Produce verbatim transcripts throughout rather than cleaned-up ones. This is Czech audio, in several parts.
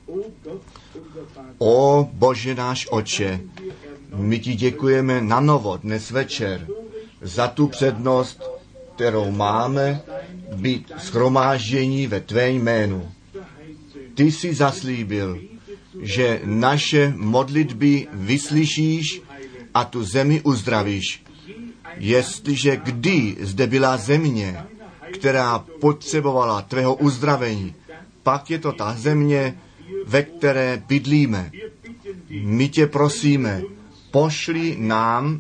O Bože náš Otče, my ti děkujeme na novo dnes večer za tu přednost, kterou máme být shromáždění ve tvé jménu. Ty jsi zaslíbil, že naše modlitby vyslyšíš a tu zemi uzdravíš. Jestliže kdy zde byla země, která potřebovala tvého uzdravení, pak je to ta země, ve které bydlíme. My tě prosíme, pošli nám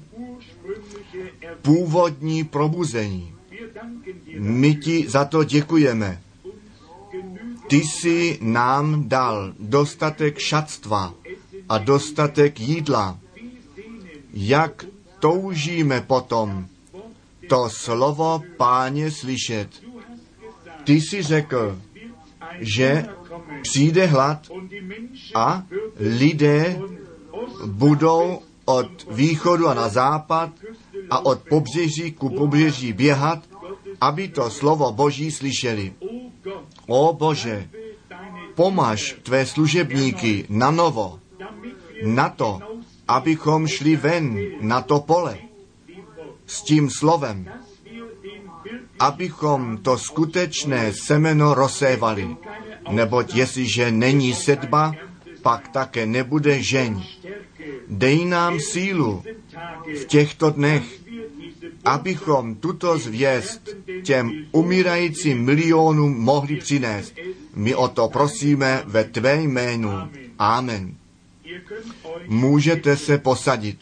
původní probuzení. My ti za to děkujeme. Ty jsi nám dal dostatek šatstva a dostatek jídla. Jak toužíme potom to slovo Páně slyšet. Ty jsi řekl, že přijde hlad a lidé budou od východu a na západ a od pobřeží ku pobřeží běhat, aby to slovo Boží slyšeli. O Bože, pomaž tvé služebníky na novo, na to, abychom šli ven na to pole s tím slovem, abychom to skutečné semeno rozsévali. Neboť jestliže není sedba, pak také nebude žeň. Dej nám sílu v těchto dnech, abychom tuto zvěst těm umírajícím milionům mohli přinést. My o to prosíme ve tvé jménu. Amen. Můžete se posadit.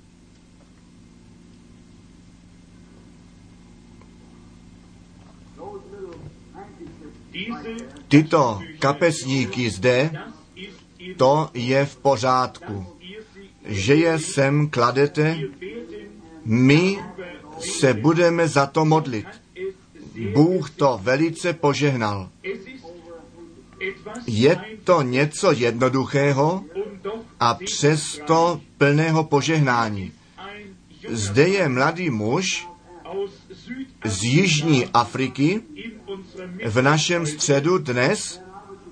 Tyto kapesníky zde, to je v pořádku. Že je sem kladete, my se budeme za to modlit. Bůh to velice požehnal. Je to něco jednoduchého a přesto plného požehnání. Zde je mladý muž z Jižní Afriky v našem středu dnes,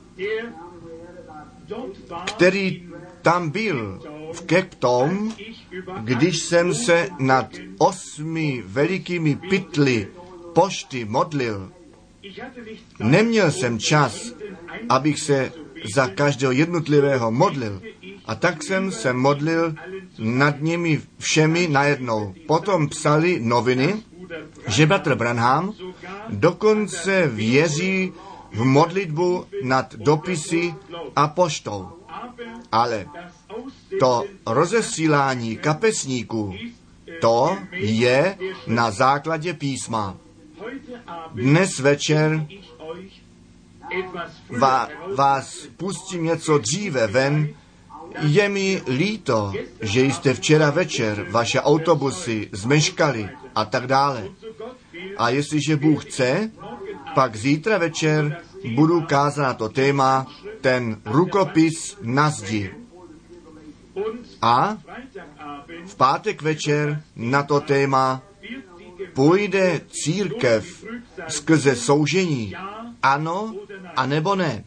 který tam byl v Cape Town, když jsem se nad osmi velikými pytly pošty modlil. Neměl jsem čas, abych se za každého jednotlivého modlil. A tak jsem se modlil nad nimi všemi najednou. Potom psali noviny, že bratr Branham dokonce věří v modlitbu nad dopisy a poštou. Ale to rozesílání kapesníků, to je na základě písma. Dnes večer va, vás pustím něco dříve ven. Je mi líto, že jste včera večer vaše autobusy zmeškali a tak dále. A jestliže Bůh chce, pak zítra večer budu kázat na to téma ten rukopis na zdi. A v pátek večer na to téma půjde církev skrze soužení, ano a nebo ne.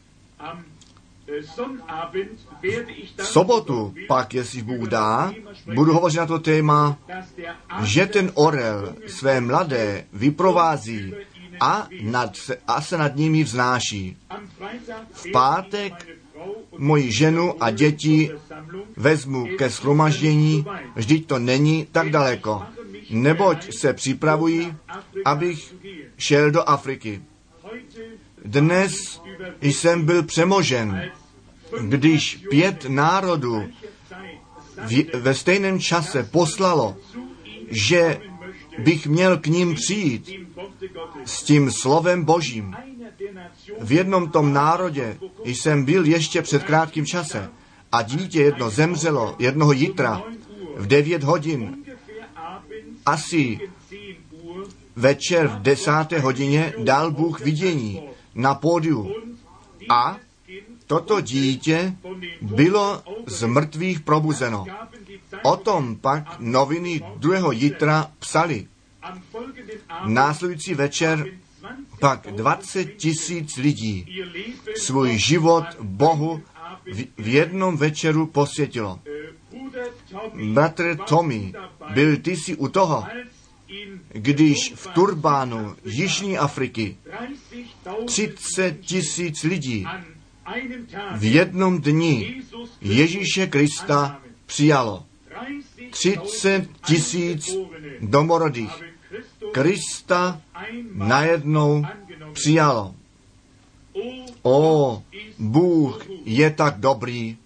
V sobotu pak, jestli Bůh dá, budu hovořit na to téma, že ten orel své mladé vyprovází a, nad, a se nad nimi vznáší. V pátek moji ženu a děti vezmu ke shromaždění, vždyť to není tak daleko, neboť se připravují, abych šel do Afriky. Dnes jsem byl přemožen, když pět národů v, ve stejném čase poslalo, že bych měl k ním přijít s tím slovem Božím. V jednom tom národě jsem byl ještě před krátkým čase a dítě jedno zemřelo jednoho jitra v devět hodin. Asi večer v desáté hodině dal Bůh vidění na pódiu a toto dítě bylo z mrtvých probuzeno. O tom pak noviny druhého jitra psali. Následující večer Pak dvacet tisíc lidí svůj život Bohu v jednom večeru posvětilo. Bratr Tommy, byl ty jsi u toho, když v Turbánu Jižní Afriky třicet tisíc lidí v jednom dni Ježíše Krista přijalo. třicet tisíc domorodých Krista najednou přijalo. O, Bůh je tak dobrý.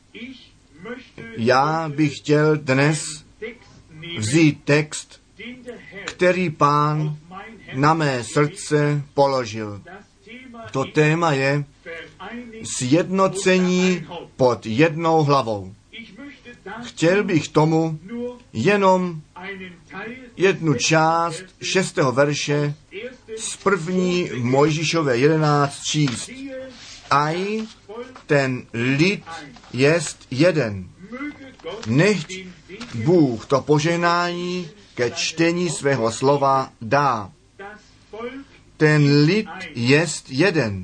Já bych chtěl dnes vzít text, který Pán na mé srdce položil. To téma je sjednocení pod jednou hlavou. Chtěl bych tomu jenom jednu část šestého verše z první Mojžíšové jedenáct číst. Aj ten lid jest jeden. Nechť Bůh to požehnání ke čtení svého slova dá. Ten lid jest jeden.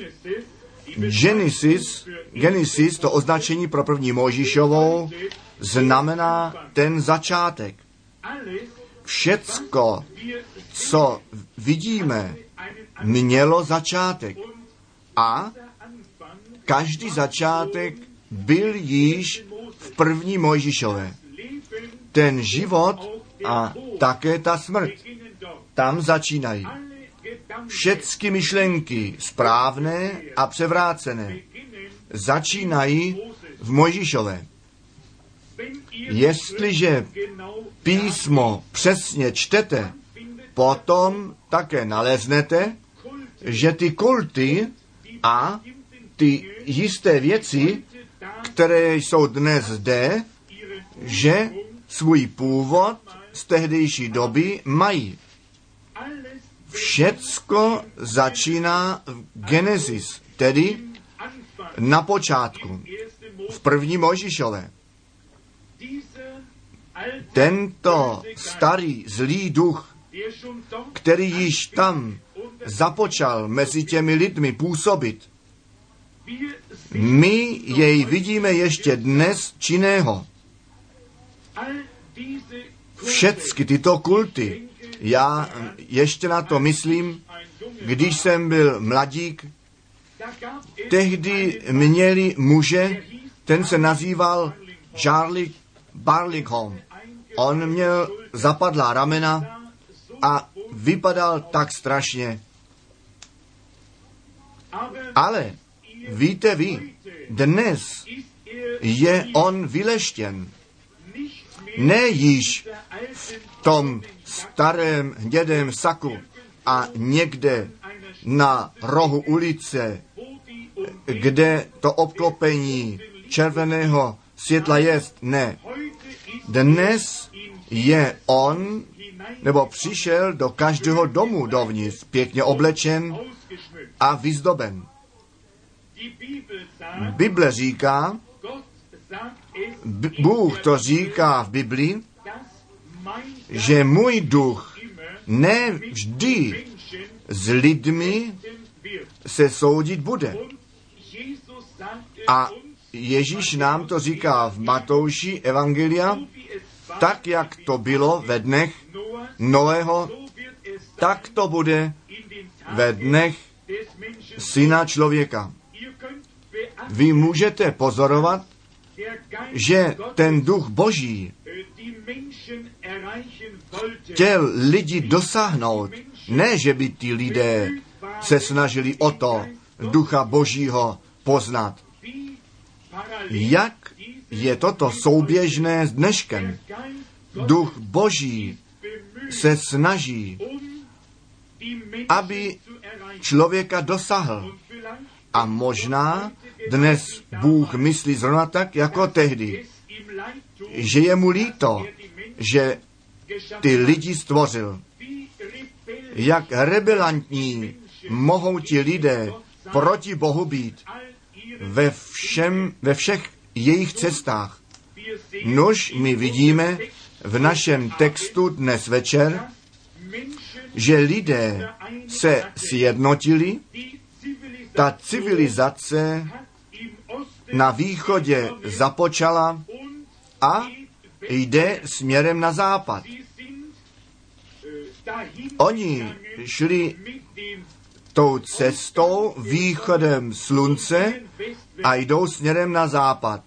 Genesis, Genesis, to označení pro první Mojžíšovou, znamená ten začátek. Všecko, co vidíme, mělo začátek. A každý začátek byl již v první Mojžíšové. Ten život a také ta smrt tam začínají. Všechny myšlenky správné a převrácené začínají v Mojžíšové. Jestliže písmo přesně čtete, potom také naleznete, že ty kulty a ty jisté věci, které jsou dnes zde, že svůj původ z tehdejší doby mají. Všecko začíná v Genesis, tedy na počátku, v první Mojžíšové. Tento starý zlý duch, který již tam započal mezi těmi lidmi působit, my jej vidíme ještě dnes činného. Všechny tyto kulty, já ještě na to myslím, když jsem byl mladík, tehdy měli muže, ten se nazýval Charlie Barlingham. On měl zapadlá ramena a vypadal tak strašně. Ale víte vy, dnes je on vyleštěn. Ne již v tom starém hnědém saku a někde na rohu ulice, kde to obklopení červeného světla jest. Ne. Dnes je on, nebo přišel do každého domu dovnitř, pěkně oblečen a vyzdoben. Bible říká, Bůh to říká v Biblii, že můj duch ne vždy s lidmi se soudit bude. A Ježíš nám to říká v Matouši Evangelia, tak, jak to bylo ve dnech Noého, tak to bude ve dnech Syna člověka. Vy můžete pozorovat, že ten duch Boží chtěl lidi dosáhnout. Ne, že by ty lidé se snažili o to ducha Božího poznat. Jak je toto souběžné s dneškem? Duch Boží se snaží, aby člověka dosáhl. A možná dnes Bůh myslí zrovna tak, jako tehdy, že je mu líto, že ty lidi stvořil. Jak rebelantní mohou ti lidé proti Bohu být ve, všem, ve všech jejich cestách. Nož my vidíme v našem textu dnes večer, že lidé se sjednotili, ta civilizace na východě započala a jde směrem na západ. Oni šli tou cestou východem slunce a jdou směrem na západ.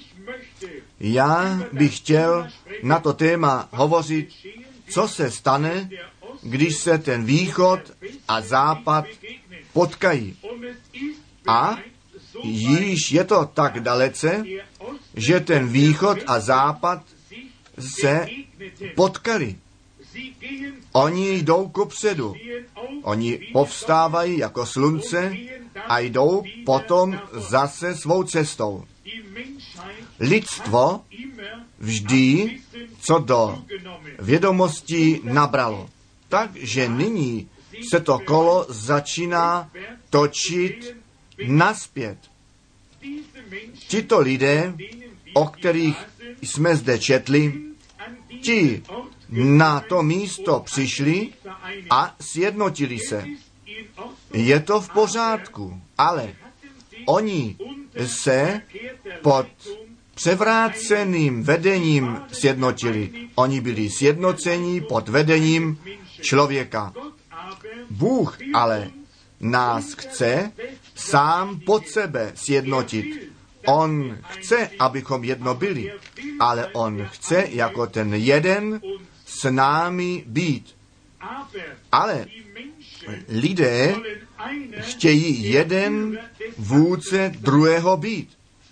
Já bych chtěl na to téma hovořit, co se stane, když se ten východ a západ potkají. A již je to tak dalece, že ten východ a západ se potkali. Oni jdou kupředu. Oni povstávají jako slunce a jdou potom zase svou cestou. Lidstvo vždy co do vědomostí nabralo. Takže nyní se to kolo začíná točit naspět. Tito lidé, o kterých jsme zde četli, ti na to místo přišli a sjednotili se. Je to v pořádku, ale oni se pod převráceným vedením sjednotili. Oni byli sjednoceni pod vedením člověka. Bůh ale nás chce sám pod sebe sjednotit. On chce, abychom jedno byli, ale on chce jako ten jeden s námi být. Ale lidé chtějí jeden vůdce druhého být.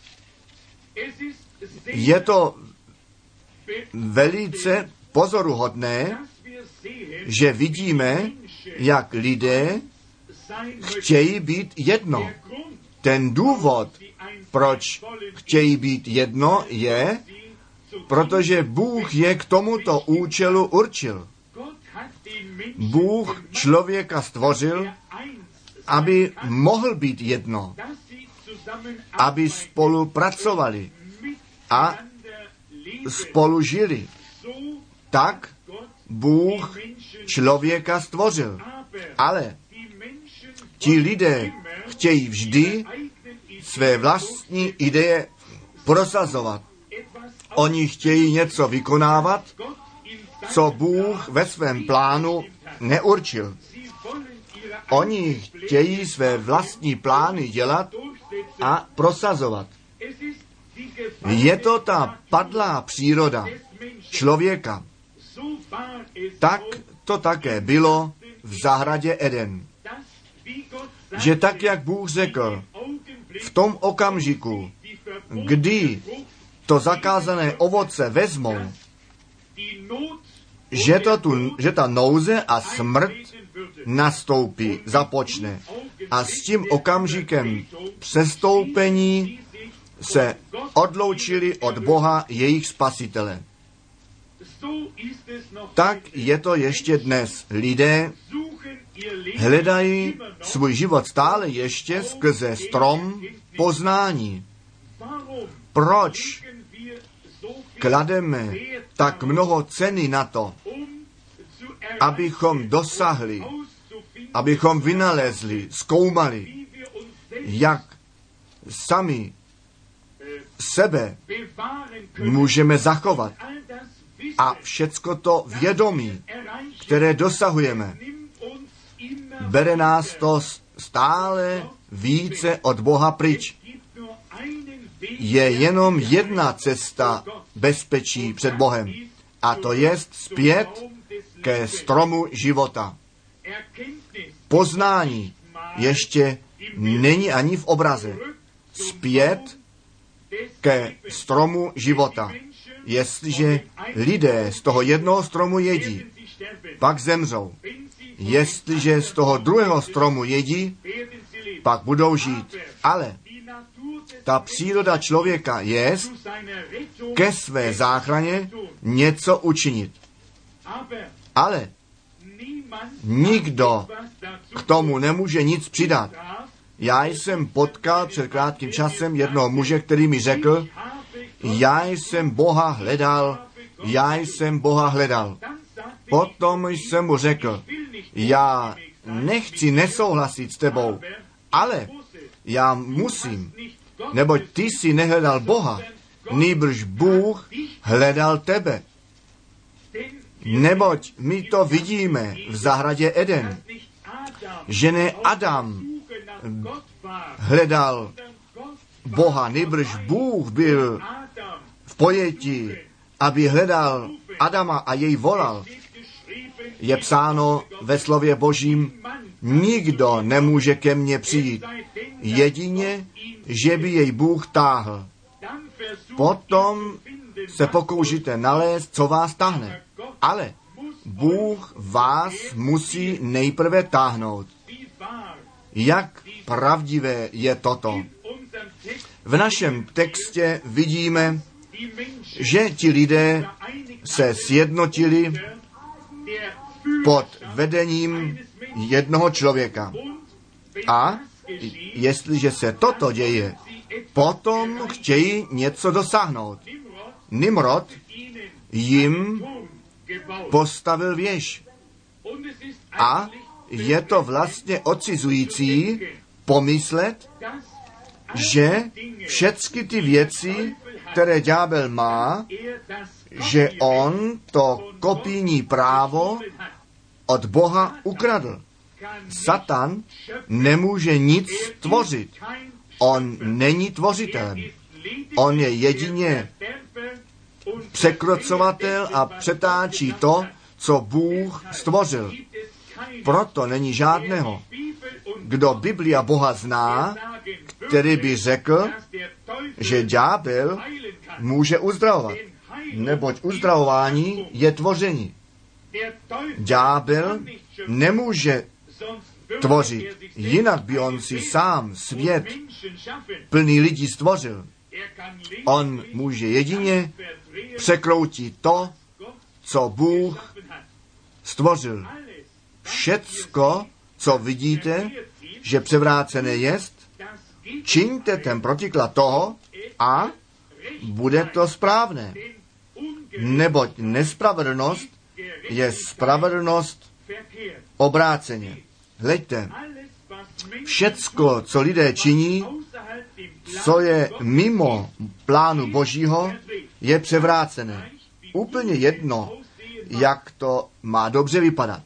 Je to velice pozoruhodné, že vidíme, jak lidé chtějí být jedno. Ten důvod, proč chtějí být jedno, je, protože Bůh je k tomuto účelu určil. Bůh člověka stvořil, aby mohl být jedno, aby spolu pracovali a spolu žili. Tak Bůh člověka stvořil. Ale ti lidé chtějí vždy své vlastní ideje prosazovat. Oni chtějí něco vykonávat, co Bůh ve svém plánu neurčil. Oni chtějí své vlastní plány dělat a prosazovat. Je to ta padlá příroda člověka. Tak to také bylo v zahradě Eden. Že tak, jak Bůh řekl, v tom okamžiku, kdy to zakázané ovoce vezmou, že, to tu, že ta nouze a smrt nastoupí, započne. A s tím okamžikem přestoupení se odloučili od Boha jejich spasitele. Tak je to ještě dnes. Lidé hledají svůj život stále ještě skrze strom poznání. Proč klademe tak mnoho ceny na to, abychom dosahli, abychom vynalezli, zkoumali, jak sami sebe můžeme zachovat. A všecko to vědomí, které dosahujeme, bere nás to stále více od Boha pryč. Je jenom jedna cesta bezpečí před Bohem, a to je zpět ke stromu života. Poznání ještě není ani v obraze. Zpět ke stromu života. Jestliže lidé z toho jednoho stromu jedí, pak zemřou. Jestliže z toho druhého stromu jedí, pak budou žít. Ale ta příroda člověka je ke své záchraně něco učinit. Ale nikdo k tomu nemůže nic přidat. Já jsem potkal před krátkým časem jednoho muže, který mi řekl, já jsem Boha hledal, já jsem Boha hledal. Potom jsem mu řekl, Já nechci nesouhlasit s tebou, ale já musím, neboť ty jsi nehledal Boha, nýbrž Bůh hledal tebe. Neboť my to vidíme v zahradě Eden, že ne Adam hledal Boha, nýbrž Bůh byl v pojetí, aby hledal Adama a jej volal. Je psáno ve slově Božím, nikdo nemůže ke mně přijít, jedině, že by jej Bůh táhl. Potom se pokoušíte nalézt, co vás táhne. Ale Bůh vás musí nejprve táhnout. Jak pravdivé je toto? V našem textě vidíme, že ti lidé se sjednotili pod vedením jednoho člověka. A jestliže se toto děje, potom chtějí něco dosáhnout. Nimrod jim postavil věž. A je to vlastně odcizující pomyslet, že všechny ty věci, které ďábel má, že on to kopijní právo od Boha ukradl. Satan nemůže nic tvořit. On není tvořitelem. On je jedině překrocovatel a přetáčí to, co Bůh stvořil. Proto není žádného, kdo Bibli a Boha zná, který by řekl, že ďábel může uzdravovat. Neboť uzdravování je tvoření. Ďábel nemůže tvořit, jinak by on si sám svět plný lidí stvořil. On může jedině překroutit to, co Bůh stvořil. Všecko, co vidíte, že převrácené jest, čiňte ten protiklad toho a bude to správné. Neboť nespravedlnost je spravedlnost obráceně. Hleďte, všecko, co lidé činí, co je mimo plánu Božího, je převrácené. Úplně jedno, jak to má dobře vypadat.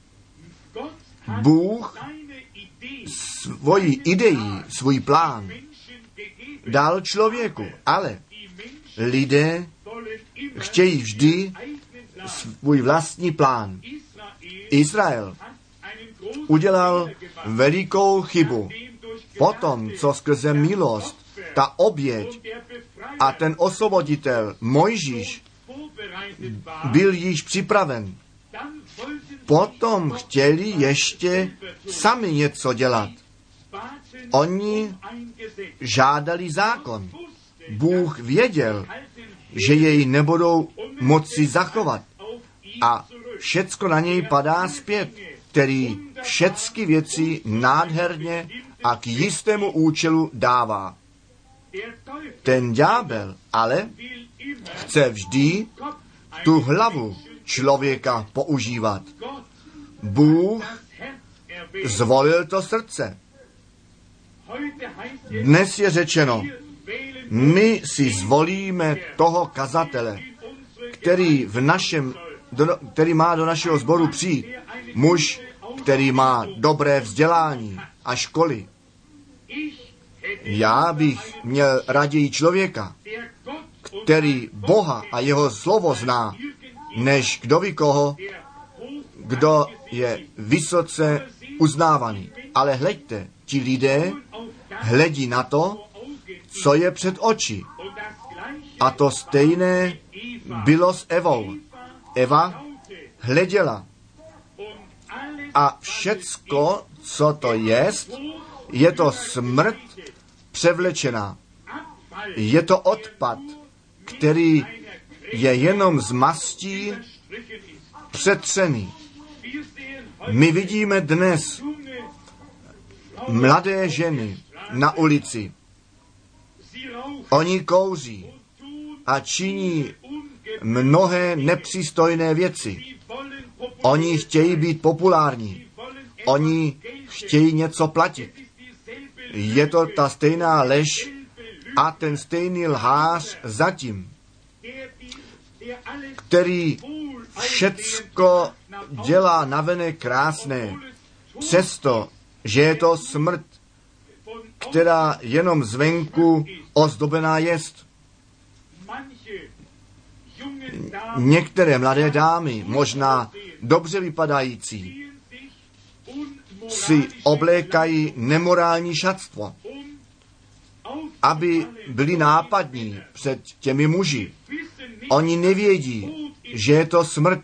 Bůh svoji idei, svůj plán dal člověku, ale lidé chtějí vždy svůj vlastní plán. Izrael udělal velikou chybu. Potom, co skrze milost, ta oběť a ten osvoboditel Mojžíš byl již připraven. Potom chtěli ještě sami něco dělat. Oni žádali zákon. Bůh věděl, že jej nebudou moci zachovat. A všecko na něj padá zpět, který všecky věci nádherně a k jistému účelu dává. Ten ďábel ale chce vždy tu hlavu člověka používat. Bůh zvolil to srdce. Dnes je řečeno, my si zvolíme toho kazatele, který, v našem, který má do našeho sboru přijít. Muž, který má dobré vzdělání a školy. Já bych měl raději člověka, který Boha a jeho slovo zná, než kdo ví koho, kdo je vysoce uznávaný. Ale hleďte, ti lidé hledí na to, co je před oči. A to stejné bylo s Evou. Eva hleděla. A všecko, co to jest, je to smrt převlečená. Je to odpad, který je jenom z mastí přetřený. My vidíme dnes mladé ženy na ulici. Oni kouří a činí mnohé nepřístojné věci. Oni chtějí být populární. Oni chtějí něco platit. Je to ta stejná lež a ten stejný lhář zatím, který všecko dělá navenek krásné, přesto, že je to smrt, která jenom zvenku ozdobená jest. Některé mladé dámy, možná dobře vypadající, si oblékají nemorální šatstvo, aby byli nápadní před těmi muži. Oni nevědí, že je to smrt.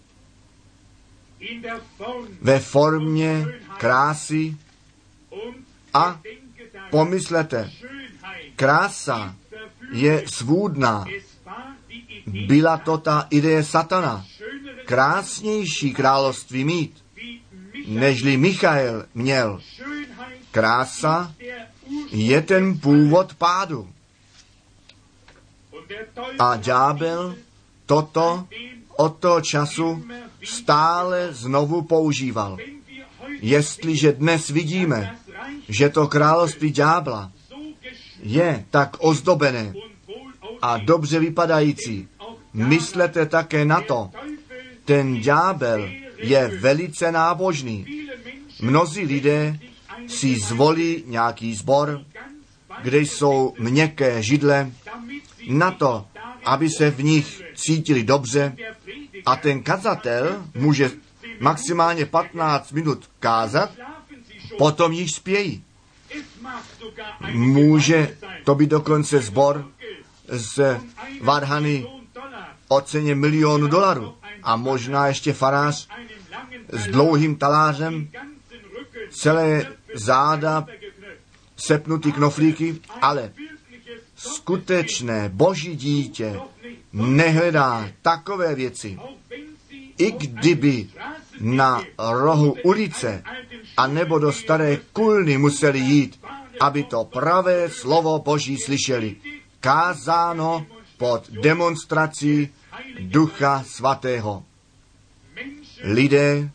Ve formě krásy a pomyslete, krása je svůdná. Byla to ta ideje satana. Krásnější království mít, nežli Michael měl. Krása je ten původ pádu. A ďábel toto od toho času stále znovu používal. Jestliže dnes vidíme, že to království ďábla je tak ozdobené a dobře vypadající, myslete také na to, ten ďábel je velice nábožný. Mnozí lidé si zvolí nějaký sbor, kde jsou měkké židle, na to, aby se v nich cítili dobře, a ten kazatel může maximálně patnáct minut kázat, potom již spějí. Může to být dokonce sbor z varhany o ceně milionu dolarů a možná ještě farář s dlouhým talářem, celé záda, sepnutý knoflíky, ale skutečné boží dítě nehledá takové věci. I kdyby na rohu ulice a nebo do staré kulny museli jít, aby to pravé slovo Boží slyšeli, kázáno pod demonstrací Ducha Svatého. Lidé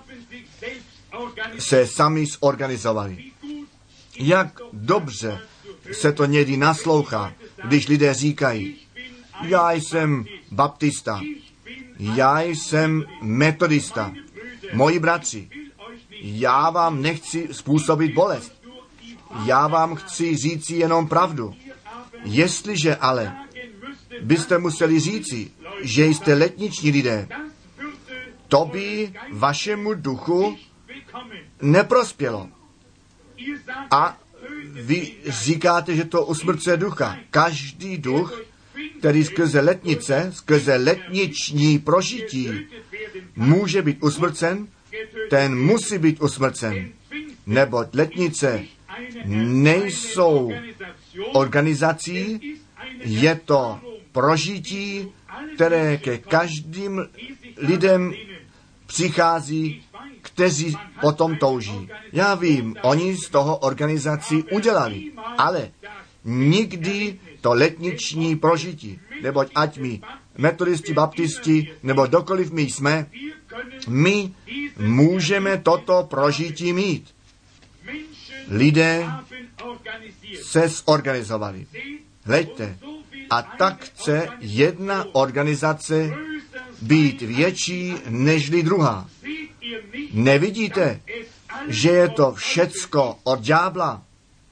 se sami zorganizovali. Jak dobře se to někdy naslouchá, když lidé říkají, já jsem baptista, já jsem metodista, moji bratři, já vám nechci způsobit bolest, já vám chci říci jenom pravdu. Jestliže ale byste museli říci, že jste letniční lidé, to by vašemu duchu neprospělo. A vy říkáte, že to usmrcuje ducha. Každý duch, který skrze letnice, skrze letniční prožití může být usmrcen, ten musí být usmrcen. Neboť letnice nejsou organizací, je to prožití, které ke každým lidem přichází, kteří potom touží. Já vím, oni z toho organizaci udělali, ale nikdy to letniční prožití, neboť ať my metodisti, baptisti, nebo dokoliv my jsme, my můžeme toto prožití mít. Lidé se zorganizovali. Hleďte, a tak chce jedna organizace být větší nežli druhá. Nevidíte, že je to všecko od ďábla?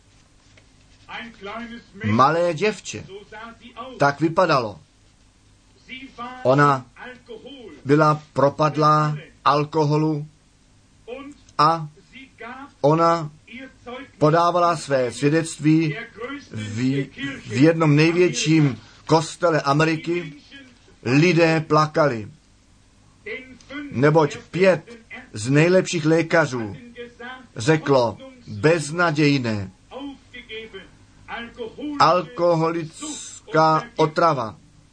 Malé děvče, tak vypadalo. Ona byla propadlá alkoholu a ona podávala své svědectví v, v jednom největším kostele Ameriky. Lidé plakali, neboť pět z nejlepších lékařů řeklo beznadějné, alkoholická otrava.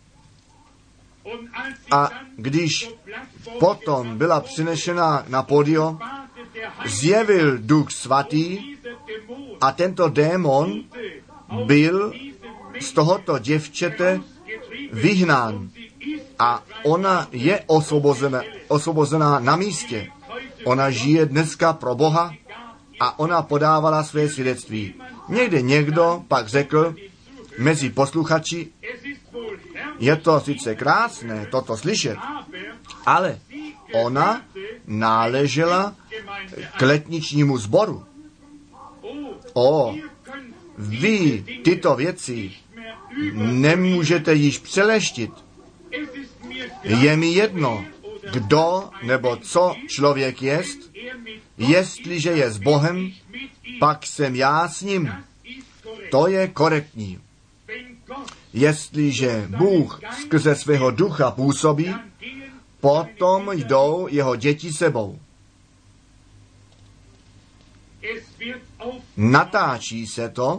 A když potom byla přinešena na pódio, zjevil Duch Svatý a tento démon byl z tohoto děvčete vyhnán. A ona je osvobozena, osvobozená na místě. Ona žije dneska pro Boha a ona podávala své svědectví. Někde někdo pak řekl mezi posluchači, je to sice krásné toto slyšet, ale ona náležela k letničnímu sboru. O, vy tyto věci nemůžete již přeleštit. Je mi jedno, kdo nebo co člověk jest, jestliže je s Bohem, pak jsem já s ním. To je korektní. Jestliže Bůh skrze svého ducha působí, potom jdou jeho děti sebou. Natáčí se to,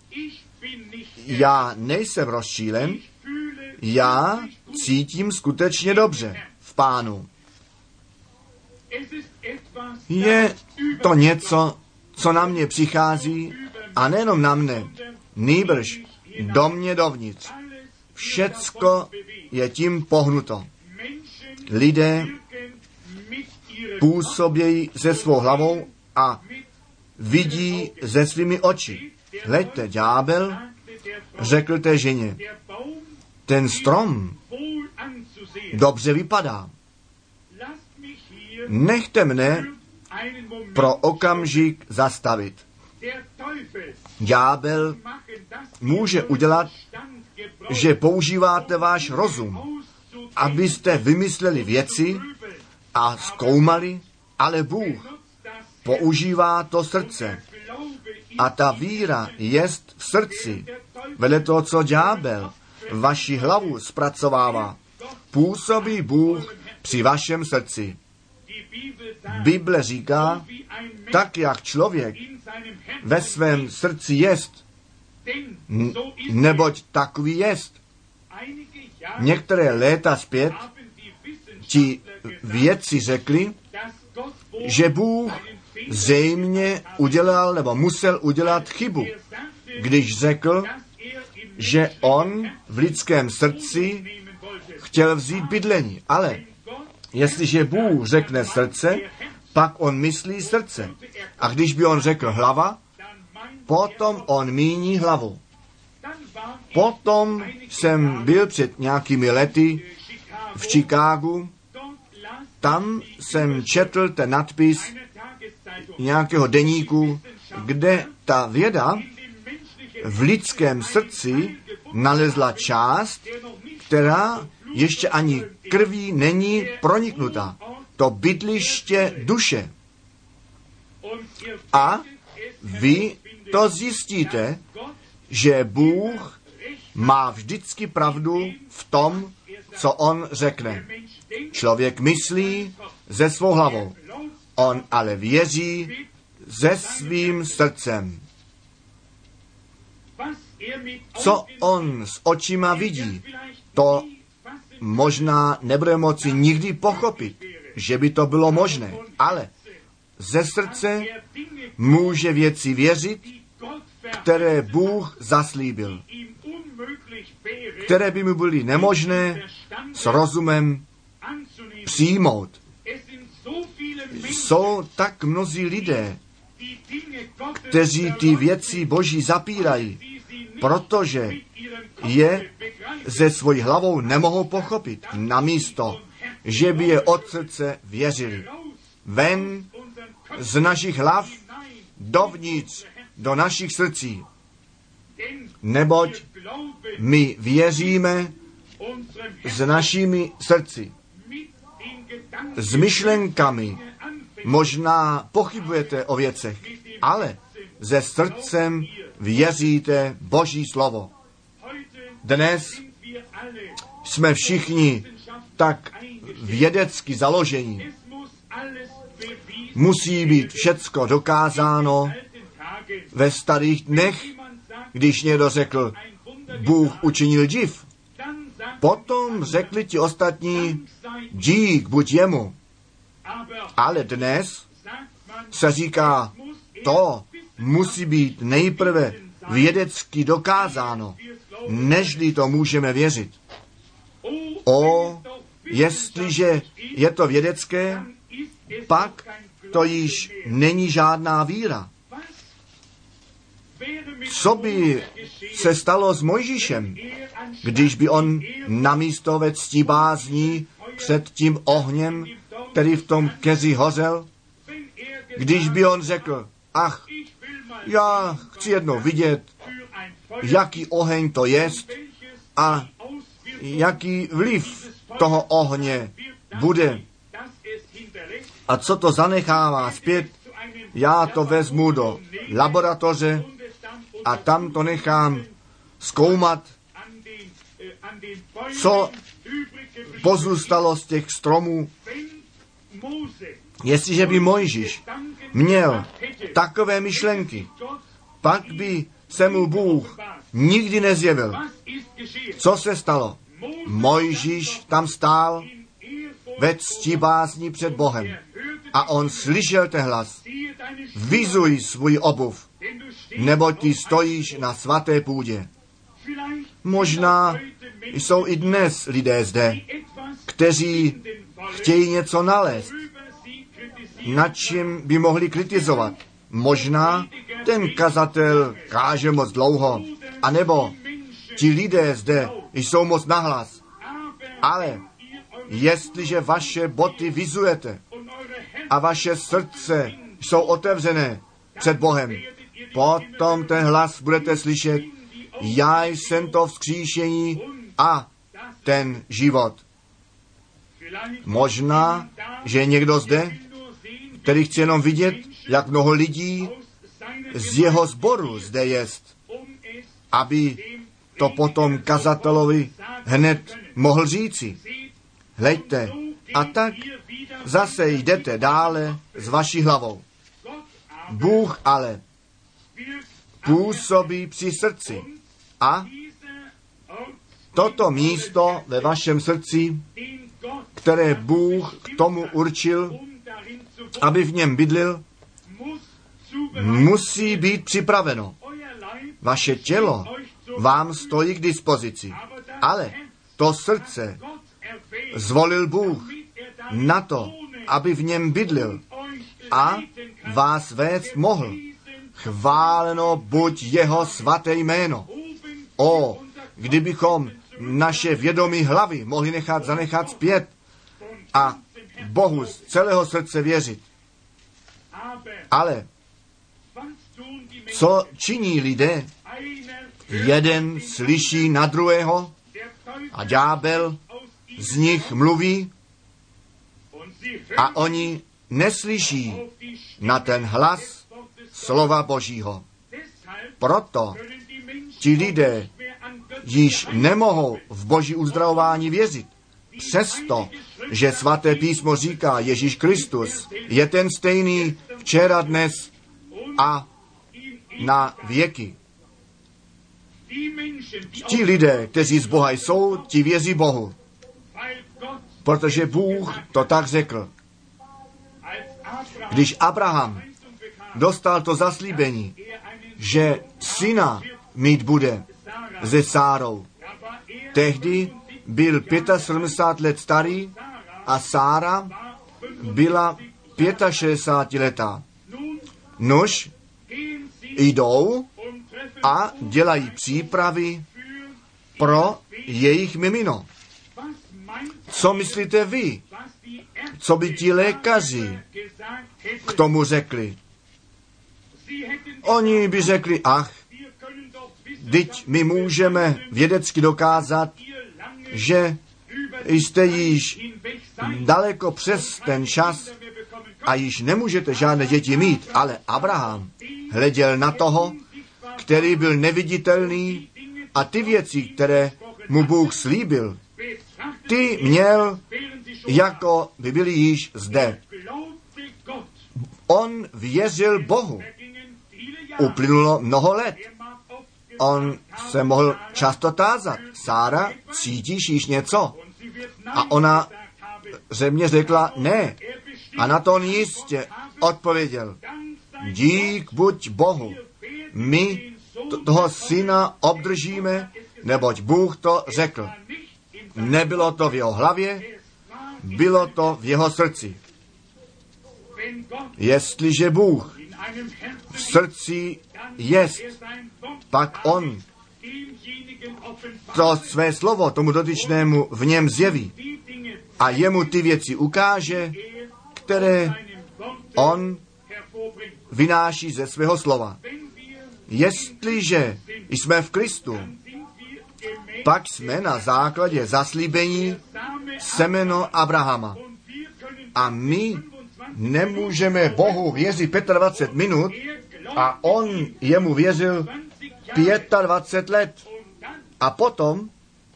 já nejsem rozčílen, já cítím skutečně dobře v Pánu. Je to něco, co na mě přichází, a nejenom na mne, nýbrž do mě dovnitř. Všecko je tím pohnuto. Lidé působějí se svou hlavou a vidí se svými oči. Hleďte, ďábel řekl té ženě, ten strom dobře vypadá. Nechte mne pro okamžik zastavit. Ďábel může udělat, že používáte váš rozum, abyste vymysleli věci a zkoumali, ale Bůh používá to srdce. A ta víra jest v srdci. Vedle toho, co ďábel vaši hlavu zpracovává, působí Bůh při vašem srdci. Bible říká, tak jak člověk ve svém srdci jest, neboť takový jest. Některé léta zpět ti vědci řekli, že Bůh zřejmě udělal nebo musel udělat chybu, když řekl, že on v lidském srdci chtěl vzít bydlení. Ale jestliže Bůh řekne srdce, pak on myslí srdce. A když by on řekl hlava, potom on míní hlavu. Potom jsem byl před nějakými lety v Chicagu, tam jsem četl ten nadpis nějakého deníku, kde ta věda v lidském srdci nalezla část, která ještě ani krví není proniknuta. To bydliště duše. A vy to zjistíte, že Bůh má vždycky pravdu v tom, co on řekne. Člověk myslí se svou hlavou. On ale věří se svým srdcem. Co on s očima vidí, to možná nebude moci nikdy pochopit, že by to bylo možné, ale ze srdce může věci věřit, které Bůh zaslíbil, které by mu byly nemožné s rozumem přijmout. Jsou tak mnozí lidé, kteří ty věci Boží zapírají, protože je ze svojí hlavou nemohou pochopit, namísto, že by je od srdce věřili. Ven z našich hlav dovnitř do našich srdcí. Neboť my věříme s našimi srdci. S myšlenkami možná pochybujete o věcech, ale se srdcem věříte Boží slovo. Dnes jsme všichni tak vědecky založení. Musí být všecko dokázáno. Ve starých dnech, když někdo řekl, Bůh učinil div, potom řekli ti ostatní, dík buď jemu. Ale dnes se říká, to musí být nejprve vědecky dokázáno, nežli to můžeme věřit. O, Jestliže je to vědecké, pak to již není žádná víra. Co by se stalo s Mojžíšem, když by on namísto ve cti bázní před tím ohněm, který v tom keři hořel, když by on řekl, ach, já chci jednou vidět, jaký oheň to jest a jaký vliv toho ohně bude a co to zanechává zpět, já to vezmu do laboratoře a tam to nechám zkoumat, co pozůstalo z těch stromů. Jestliže by Mojžíš měl takové myšlenky, pak by se mu Bůh nikdy nezjevil. Co se stalo? Mojžíš tam stál ve cti bázní před Bohem a on slyšel ten hlas. Vyzuj svůj obuv, neboť ty stojíš na svaté půdě. Možná jsou i dnes lidé zde, kteří chtějí něco nalézt, nad čím by mohli kritizovat. Možná ten kazatel káže moc dlouho, anebo ti lidé zde jsou moc nahlas. Ale jestliže vaše boty vyzujete a vaše srdce jsou otevřené před Bohem, potom ten hlas budete slyšet, já jsem to vzkříšení a ten život. Možná, že je někdo zde, který chce jenom vidět, jak mnoho lidí z jeho sboru zde jest, aby to potom kazatelovi hned mohl říci. Hleďte, a tak zase jdete dále s vaší hlavou. Bůh ale působí při srdci a toto místo ve vašem srdci, které Bůh k tomu určil, aby v něm bydlil, musí být připraveno. Vaše tělo vám stojí k dispozici, ale to srdce zvolil Bůh na to, aby v něm bydlil a vás vést mohl. Chváleno buď jeho svaté jméno. O, kdybychom naše vědomí hlavy mohli nechat zanechat zpět a Bohu z celého srdce věřit. Ale co činí lidé? Jeden slyší na druhého a ďábel z nich mluví a oni neslyší na ten hlas slova Božího. Proto ti lidé již nemohou v Boží uzdravování věřit. Přesto, že svaté písmo říká, Ježíš Kristus je ten stejný včera, dnes a na věky. Ti lidé, kteří z Boha jsou, ti věří Bohu. Protože Bůh to tak řekl. Když Abraham dostal to zaslíbení, že syna mít bude se Sárou, tehdy byl sedmdesát pět let starý a Sára byla šedesát pět letá. Nož jdou a dělají přípravy pro jejich mimino. Co myslíte vy? Co by ti lékaři k tomu řekli? Oni by řekli, ach, vždyť my můžeme vědecky dokázat, že jste již daleko přes ten čas a již nemůžete žádné děti mít, ale Abraham hleděl na toho, který byl neviditelný a ty věci, které mu Bůh slíbil, ty měl, jako by byly již zde. On věřil Bohu. Uplynulo mnoho let. On se mohl často tázat, Sára, cítíš již něco? A ona zřejmě řekla, ne. A na to on jistě odpověděl, dík buď Bohu, my toho syna obdržíme, neboť Bůh to řekl. Nebylo to v jeho hlavě, bylo to v jeho srdci. Jestliže Bůh v srdci jest, pak on to své slovo tomu dotyčnému v něm zjeví a jemu ty věci ukáže, které on vynáší ze svého slova. Jestliže jsme v Kristu, pak jsme na základě zaslíbení semeno Abrahama. A my nemůžeme Bohu věřit dvacet pět minut a on jemu věřil dvacet pět let. A potom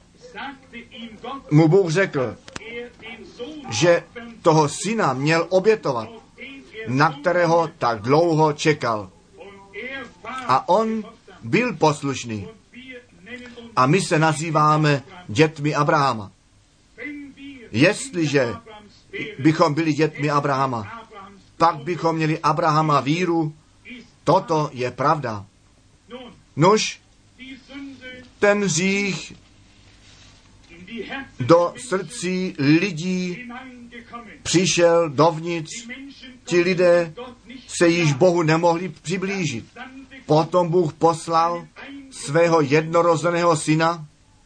mu Bůh řekl, že toho syna měl obětovat, na kterého tak dlouho čekal. A on byl poslušný. A my se nazýváme dětmi Abrahama. Jestliže bychom byli dětmi Abrahama, pak bychom měli Abrahama víru. Toto je pravda. Nož, ten hřích do srdcí lidí přišel dovnitř. Ti lidé se již Bohu nemohli přiblížit. Potom Bůh poslal svého jednorozeného syna,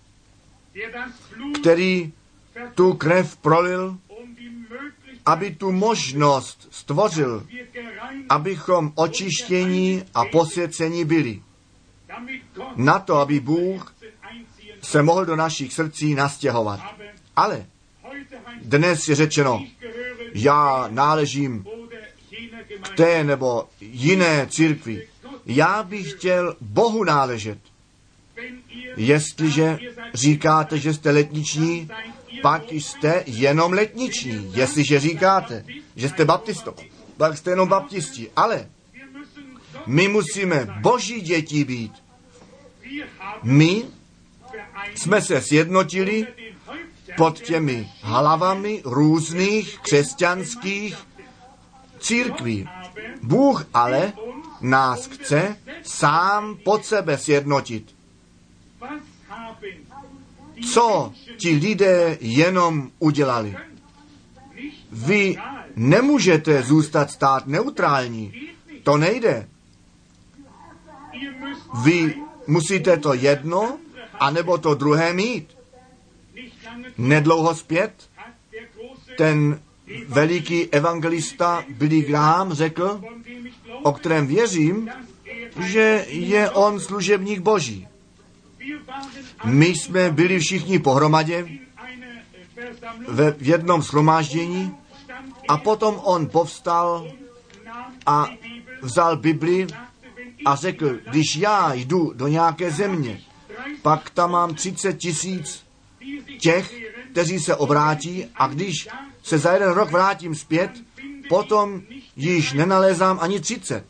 který tu krev prolil, aby tu možnost stvořil, abychom očištění a posvěcení byli. Na to, aby Bůh se mohl do našich srdcí nastěhovat. Ale dnes je řečeno, já náležím k té nebo jiné církvi. Já bych chtěl Bohu náležet. Jestliže říkáte, že jste letniční, pak jste jenom letniční. Jestliže říkáte, že jste baptistou, pak jste jenom baptisti. Ale my musíme Boží děti být. My jsme se sjednotili pod těmi hlavami různých křesťanských církví. Bůh ale nás chce sám pod sebe sjednotit. Co ti lidé jenom udělali? Vy nemůžete zůstat stát neutrální. To nejde. Vy musíte to jedno, anebo to druhé mít. Nedlouho zpět ten veliký evangelista Billy Graham řekl, o kterém věřím, že je on služebník Boží. My jsme byli všichni pohromadě ve jednom shromáždění a potom on povstal a vzal Bibli a řekl, když já jdu do nějaké země, pak tam mám třicet tisíc těch, kteří se obrátí a když se za jeden rok vrátím zpět, potom již nenalézám ani třicet.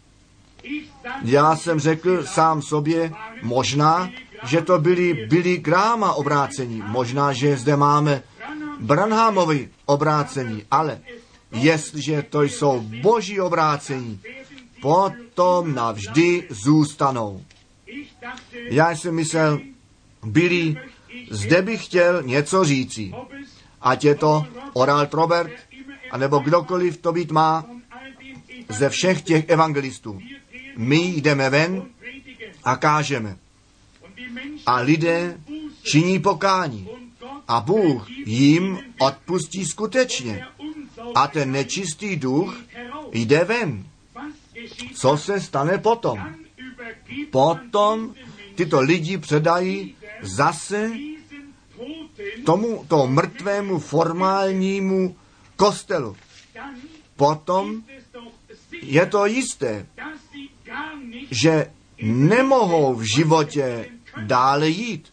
Já jsem řekl sám sobě, možná, že to byly Billy Grahama obrácení, možná, že zde máme Branhamovi obrácení, ale jestliže to jsou Boží obrácení, potom navždy zůstanou. Já jsem myslel, Billy, zde bych chtěl něco říci. Ať je to Oral Robert, anebo kdokoliv to být má ze všech těch evangelistů. My jdeme ven a kážeme. A lidé činí pokání. A Bůh jim odpustí skutečně. A ten nečistý duch jde ven. Co se stane potom? Potom tyto lidi předají zase tomu to mrtvému formálnímu kostelu. Potom je to jisté, že nemohou v životě dále jít.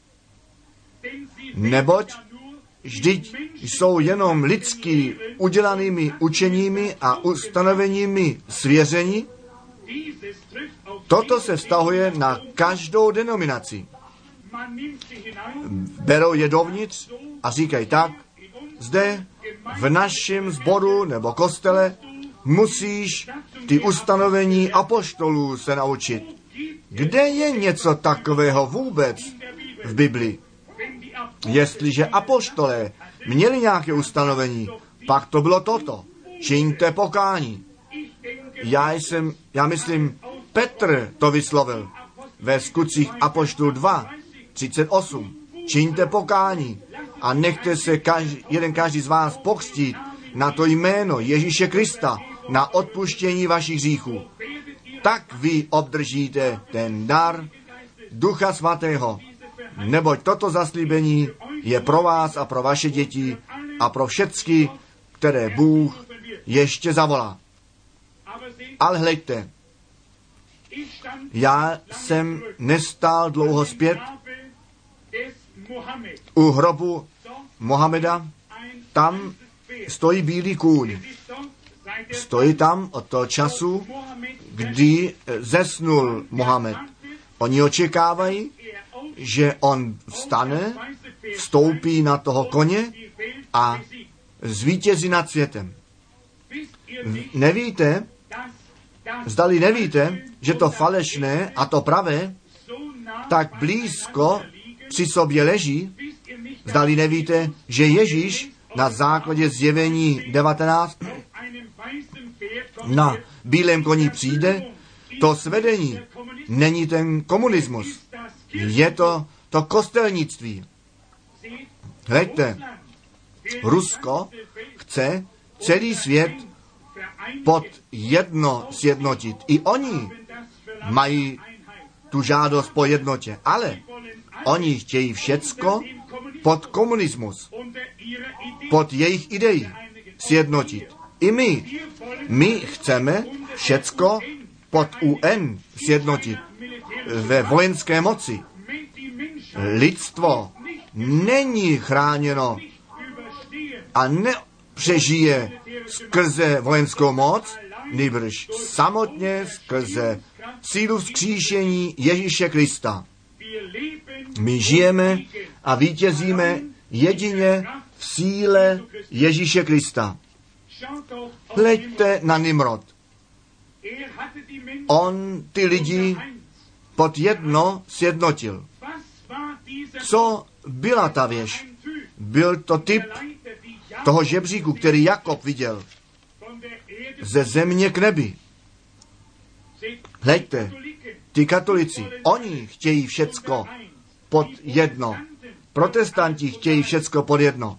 Neboť vždyť jsou jenom lidsky udělanými učeními a ustanoveními svěření. Toto se vztahuje na každou denominaci. Berou je dovnitř a říkají tak, zde v našem sboru nebo kostele musíš ty ustanovení apoštolů se naučit. Kde je něco takového vůbec v Biblii? Jestliže apoštolé měli nějaké ustanovení, pak to bylo toto. Čiňte pokání. Já jsem, já myslím, Petr to vyslovil ve Skutcích apoštolů dva, třicet osm. Čiňte pokání a nechte se každý, jeden každý z vás pokřtít na to jméno Ježíše Krista, na odpuštění vašich hříchů. Tak vy obdržíte ten dar Ducha Svatého, neboť toto zaslíbení je pro vás a pro vaše děti a pro všechny, které Bůh ještě zavolá. Ale hleďte, já jsem nestál dlouho zpět u hrobu Mohameda, tam stojí bílý kůň. Stojí tam od toho času, kdy zesnul Mohamed. Oni očekávají, že on vstane, vstoupí na toho koně a zvítězí nad světem. Nevíte, zdali nevíte, že to falešné a to pravé tak blízko při sobě leží, zdali nevíte, že Ježíš na základě zjevení devatenáct na bílém koni přijde, to svedení není ten komunismus, je to to kostelnictví. Hleďte, Rusko chce celý svět pod jedno sjednotit. I oni mají tu žádost po jednotě, ale oni chtějí všecko pod komunismus, pod jejich ideí sjednotit. I my, my chceme všecko pod U N sjednotit ve vojenské moci. Lidstvo není chráněno a nepřežije skrze vojenskou moc, nýbrž samotně skrze sílu vzkříšení Ježíše Krista. My žijeme a vítězíme jedině v síle Ježíše Krista. Hleďte na Nimrod. On ty lidi pod jedno sjednotil. Co byla ta věž? Byl to typ toho žebříku, který Jakob viděl ze země k nebi. Hleďte, ty katolici, oni chtějí všecko pod jedno. Protestanti chtějí všecko pod jedno.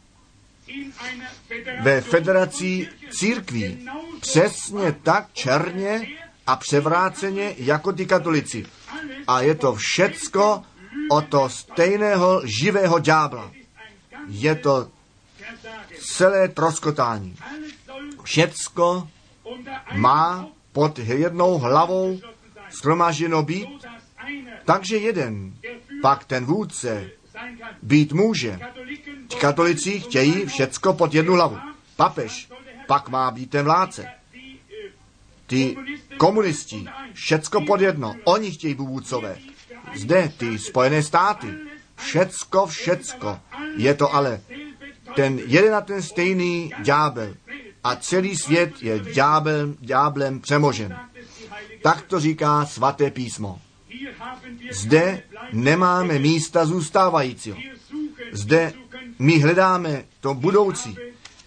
Ve federaci církví přesně tak černě a převráceně jako ty katolici. A je to všecko od toho stejného živého ďábla. Je to celé troskotání. Všecko má pod jednou hlavou shromážděno být, takže jeden, pak ten vůdce, být může. Katolici chtějí všecko pod jednu hlavu. Papež pak má být ten vládce. Ty komunisti, všecko pod jedno. Oni chtějí vůdcové. Zde ty Spojené státy. Všecko, všecko. Je to ale ten jeden a ten stejný ďábel. A celý svět je ďábel, ďáblem přemožen. Tak to říká svaté písmo. Zde nemáme místa zůstávajícího. Zde my hledáme to budoucí.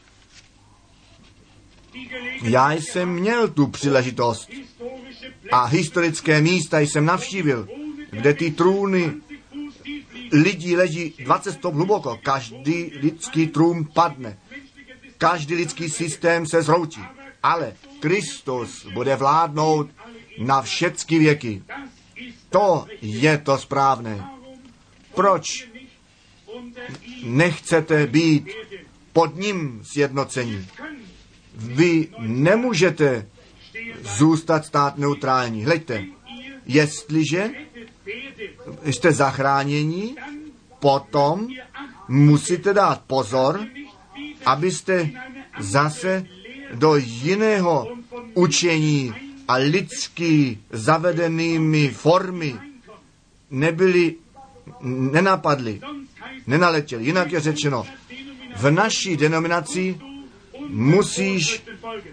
Já jsem měl tu příležitost a historické místa jsem navštívil, kde ty trůny lidí leží dvacet stop hluboko. Každý lidský trůn padne. Každý lidský systém se zhroutí. Ale Kristus bude vládnout na všechny věky. To je to správné. Proč nechcete být pod ním sjednocení? Vy nemůžete zůstat stát neutrální. Hleďte, jestliže jste zachráněni, potom musíte dát pozor, abyste zase do jiného učení a lidsky zavedenými formy nebyli, nenapadli, nenaletěli. Jinak je řečeno, v naší denominaci musíš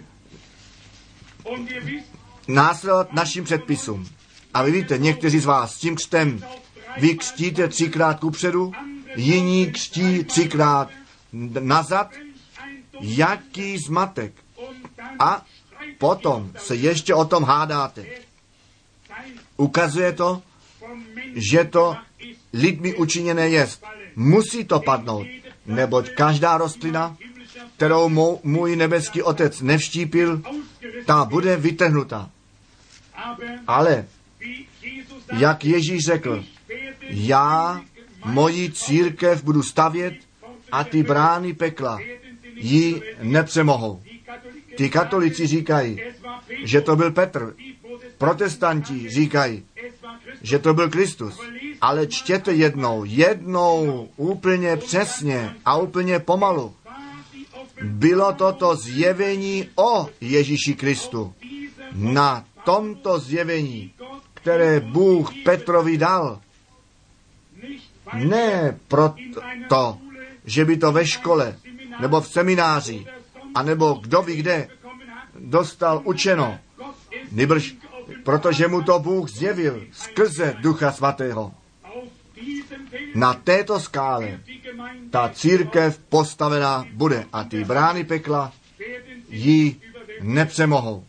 následovat našim předpisům. A vy víte, někteří z vás s tím křtem, vy křtíte třikrát kupředu, jiní křtí třikrát nazad, jaký zmatek. A potom se ještě o tom hádáte. Ukazuje to, že to lidmi učiněné jest. Musí to padnout, neboť každá rostlina, kterou mou, můj nebeský otec nevštípil, ta bude vytrhnuta. Ale, jak Ježíš řekl, já moji církev budu stavět a ty brány pekla ji nepřemohou. Ty katolici říkají, že to byl Petr. Protestanti říkají, že to byl Kristus. Ale čtěte jednou, jednou, úplně přesně a úplně pomalu. Bylo toto zjevení o Ježíši Kristu. Na tomto zjevení, které Bůh Petrovi dal, ne proto, že by to ve škole, nebo v semináři, anebo kdo ví kde, dostal učeno, nýbrž protože mu to Bůh zjevil skrze Ducha Svatého. Na této skále ta církev postavená bude a ty brány pekla ji nepřemohou.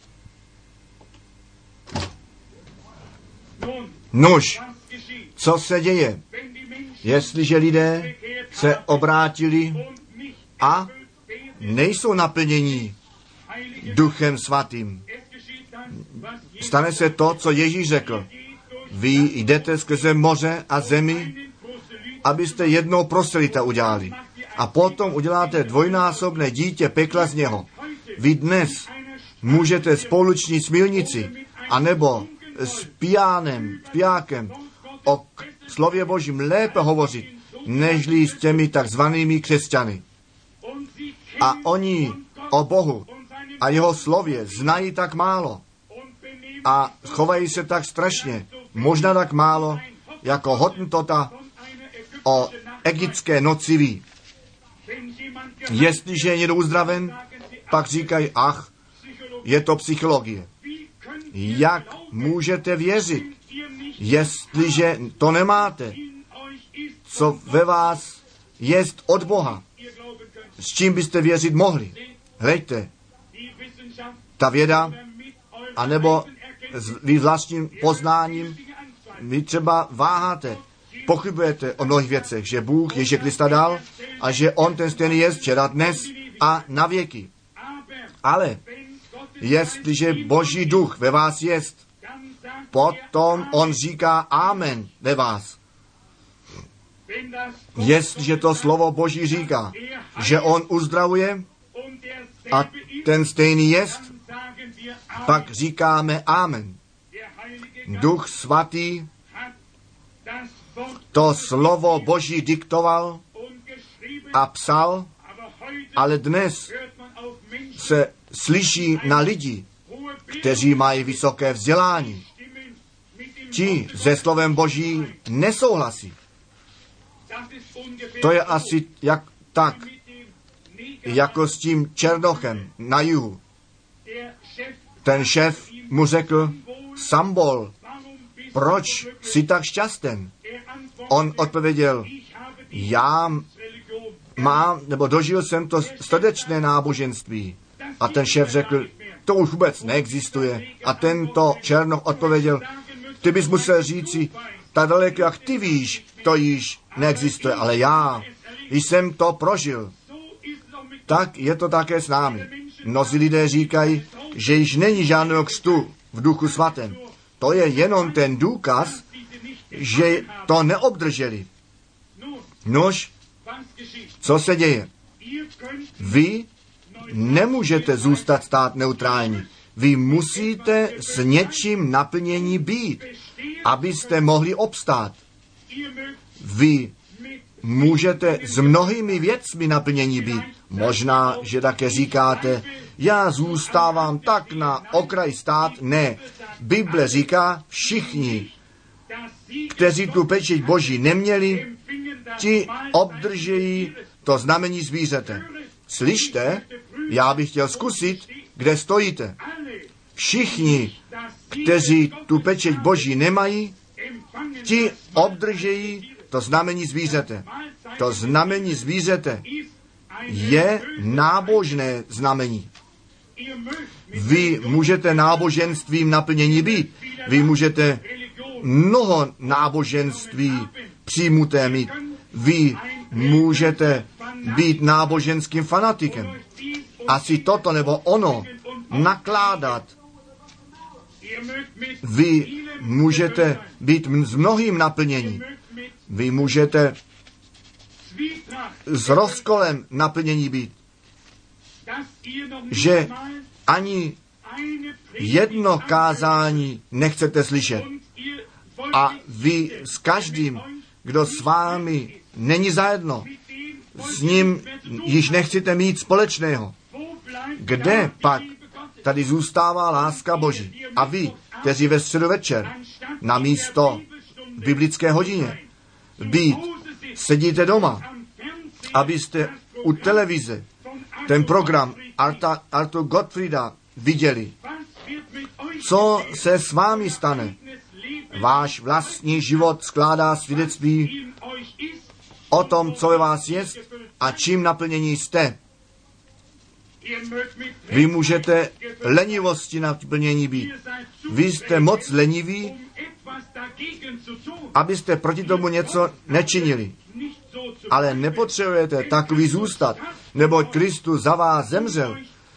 Nuž, co se děje, jestliže lidé se obrátili a nejsou naplnění Duchem Svatým? Stane se to, co Ježíš řekl. Vy jdete skrze moře a zemi, abyste jednou proselyta udělali. A potom uděláte dvojnásobné dítě pekla z něho. Vy dnes můžete spoluční smilnici, anebo s pijánem, s pijákem o slově Božím lépe hovořit, nežli s těmi takzvanými křesťany. A oni o Bohu a jeho slově znají tak málo a chovají se tak strašně, možná tak málo, jako Hottentota o egyptské noci ví. Jestliže je někdo uzdraven, pak říkají, ach, je to psychologie. Jak můžete věřit, jestliže to nemáte, co ve vás jest od Boha? S čím byste věřit mohli? Hleďte, ta věda, anebo s vy vlastním poznáním, vy třeba váháte, pochybujete o mnohých věcech, že Bůh Ježíše Krista dal a že On ten stejný jest včera, dnes a na věky. Ale jestliže Boží duch ve vás jest, potom On říká amen ve vás. Jestliže to slovo Boží říká, že On uzdravuje a ten stejný jest, pak říkáme amen. Duch Svatý to slovo Boží diktoval a psal, ale dnes se slyší na lidi, kteří mají vysoké vzdělání. Ti se slovem Boží nesouhlasí. To je asi jak, tak, jako s tím Černochem na jihu. Ten šéf mu řekl, Sambol, proč jsi tak šťasten? On odpověděl, já mám, nebo dožil jsem to srdečné náboženství. A ten šéf řekl, to už vůbec neexistuje. A tento Černoch odpověděl, ty bys musel říci, tak daleko, jak ty víš, to již neexistuje, ale já jsem to prožil. Tak je to také s námi. Mnozí lidé říkají, že již není žádného křtu v Duchu Svatém. To je jenom ten důkaz, že to neobdrželi. Nož, co se děje? Vy nemůžete zůstat stát neutrální. Vy musíte s něčím naplnění být, abyste mohli obstát. Vy můžete s mnohými věcmi naplnění být. Možná, že také říkáte, já zůstávám tak na okraji stát. Ne, Bible říká, všichni, kteří tu pečeť Boží neměli, ti obdržejí to znamení zvířete. Slyšte, já bych chtěl zkusit, kde stojíte. Všichni, kteří tu pečeť Boží nemají, ti obdržejí to znamení zvířete. To znamení zvířete je nábožné znamení. Vy můžete náboženstvím naplnění být. Vy můžete mnoho náboženství přijmuté mít. Vy můžete být náboženským fanatikem. Asi toto nebo ono nakládat. Vy můžete být s mnohým naplnění. Vy můžete s rozkolem naplnění být. Že ani jedno kázání nechcete slyšet. A vy s každým, kdo s vámi není zajedno, s ním již nechcete mít společného. Kde pak tady zůstává láska Boží? A vy, kteří ve středu večer na místo biblické hodině být, sedíte doma, abyste u televize ten program Arta, Artur Gottfrieda viděli. Co se s vámi stane? Váš vlastní život skládá svědectví o tom, co ve vás je a čím naplnění jste. Vy můžete lenivosti naplnění být. Vy jste moc leniví, abyste proti tomu něco nečinili. Ale nepotřebujete takový zůstat, neboť Kristus za vás zemřel,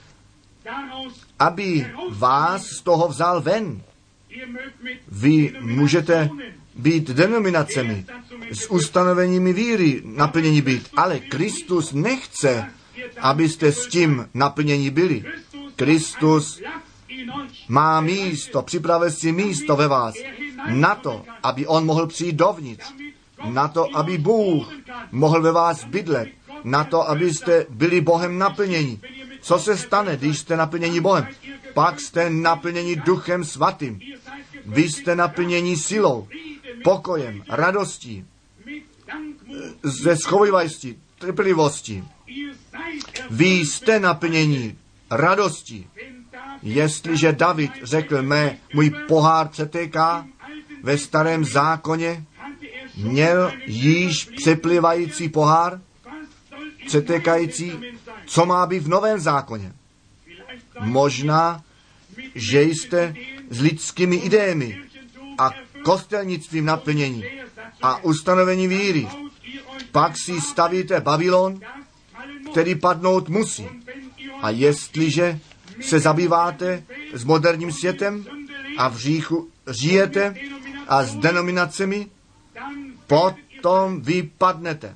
aby vás z toho vzal ven. Vy můžete být denominacemi, s ustanoveními víry naplnění být, ale Kristus nechce, abyste s tím naplnění byli. Kristus má místo, připravil si místo ve vás, na to, aby on mohl přijít dovnitř, na to, aby Bůh mohl ve vás bydlet, na to, abyste byli Bohem naplnění. Co se stane, když jste naplněni Bohem? Pak jste naplněni Duchem Svatým. Vy jste naplněni silou, pokojem, radostí, ze schovivajství, trpělivostí. Vy jste naplněni radostí. Jestliže David řekl, mé, můj pohár přetéká, ve starém zákoně měl již přeplivající pohár, přetékající, co má být v novém zákoně. Možná, že jste s lidskými idejemi a kostelnictvím naplnění a ustanovení víry. Pak si stavíte Babylon, který padnout musí. A jestliže se zabýváte s moderním světem a v hříchu žijete a s denominacemi, potom vy padnete.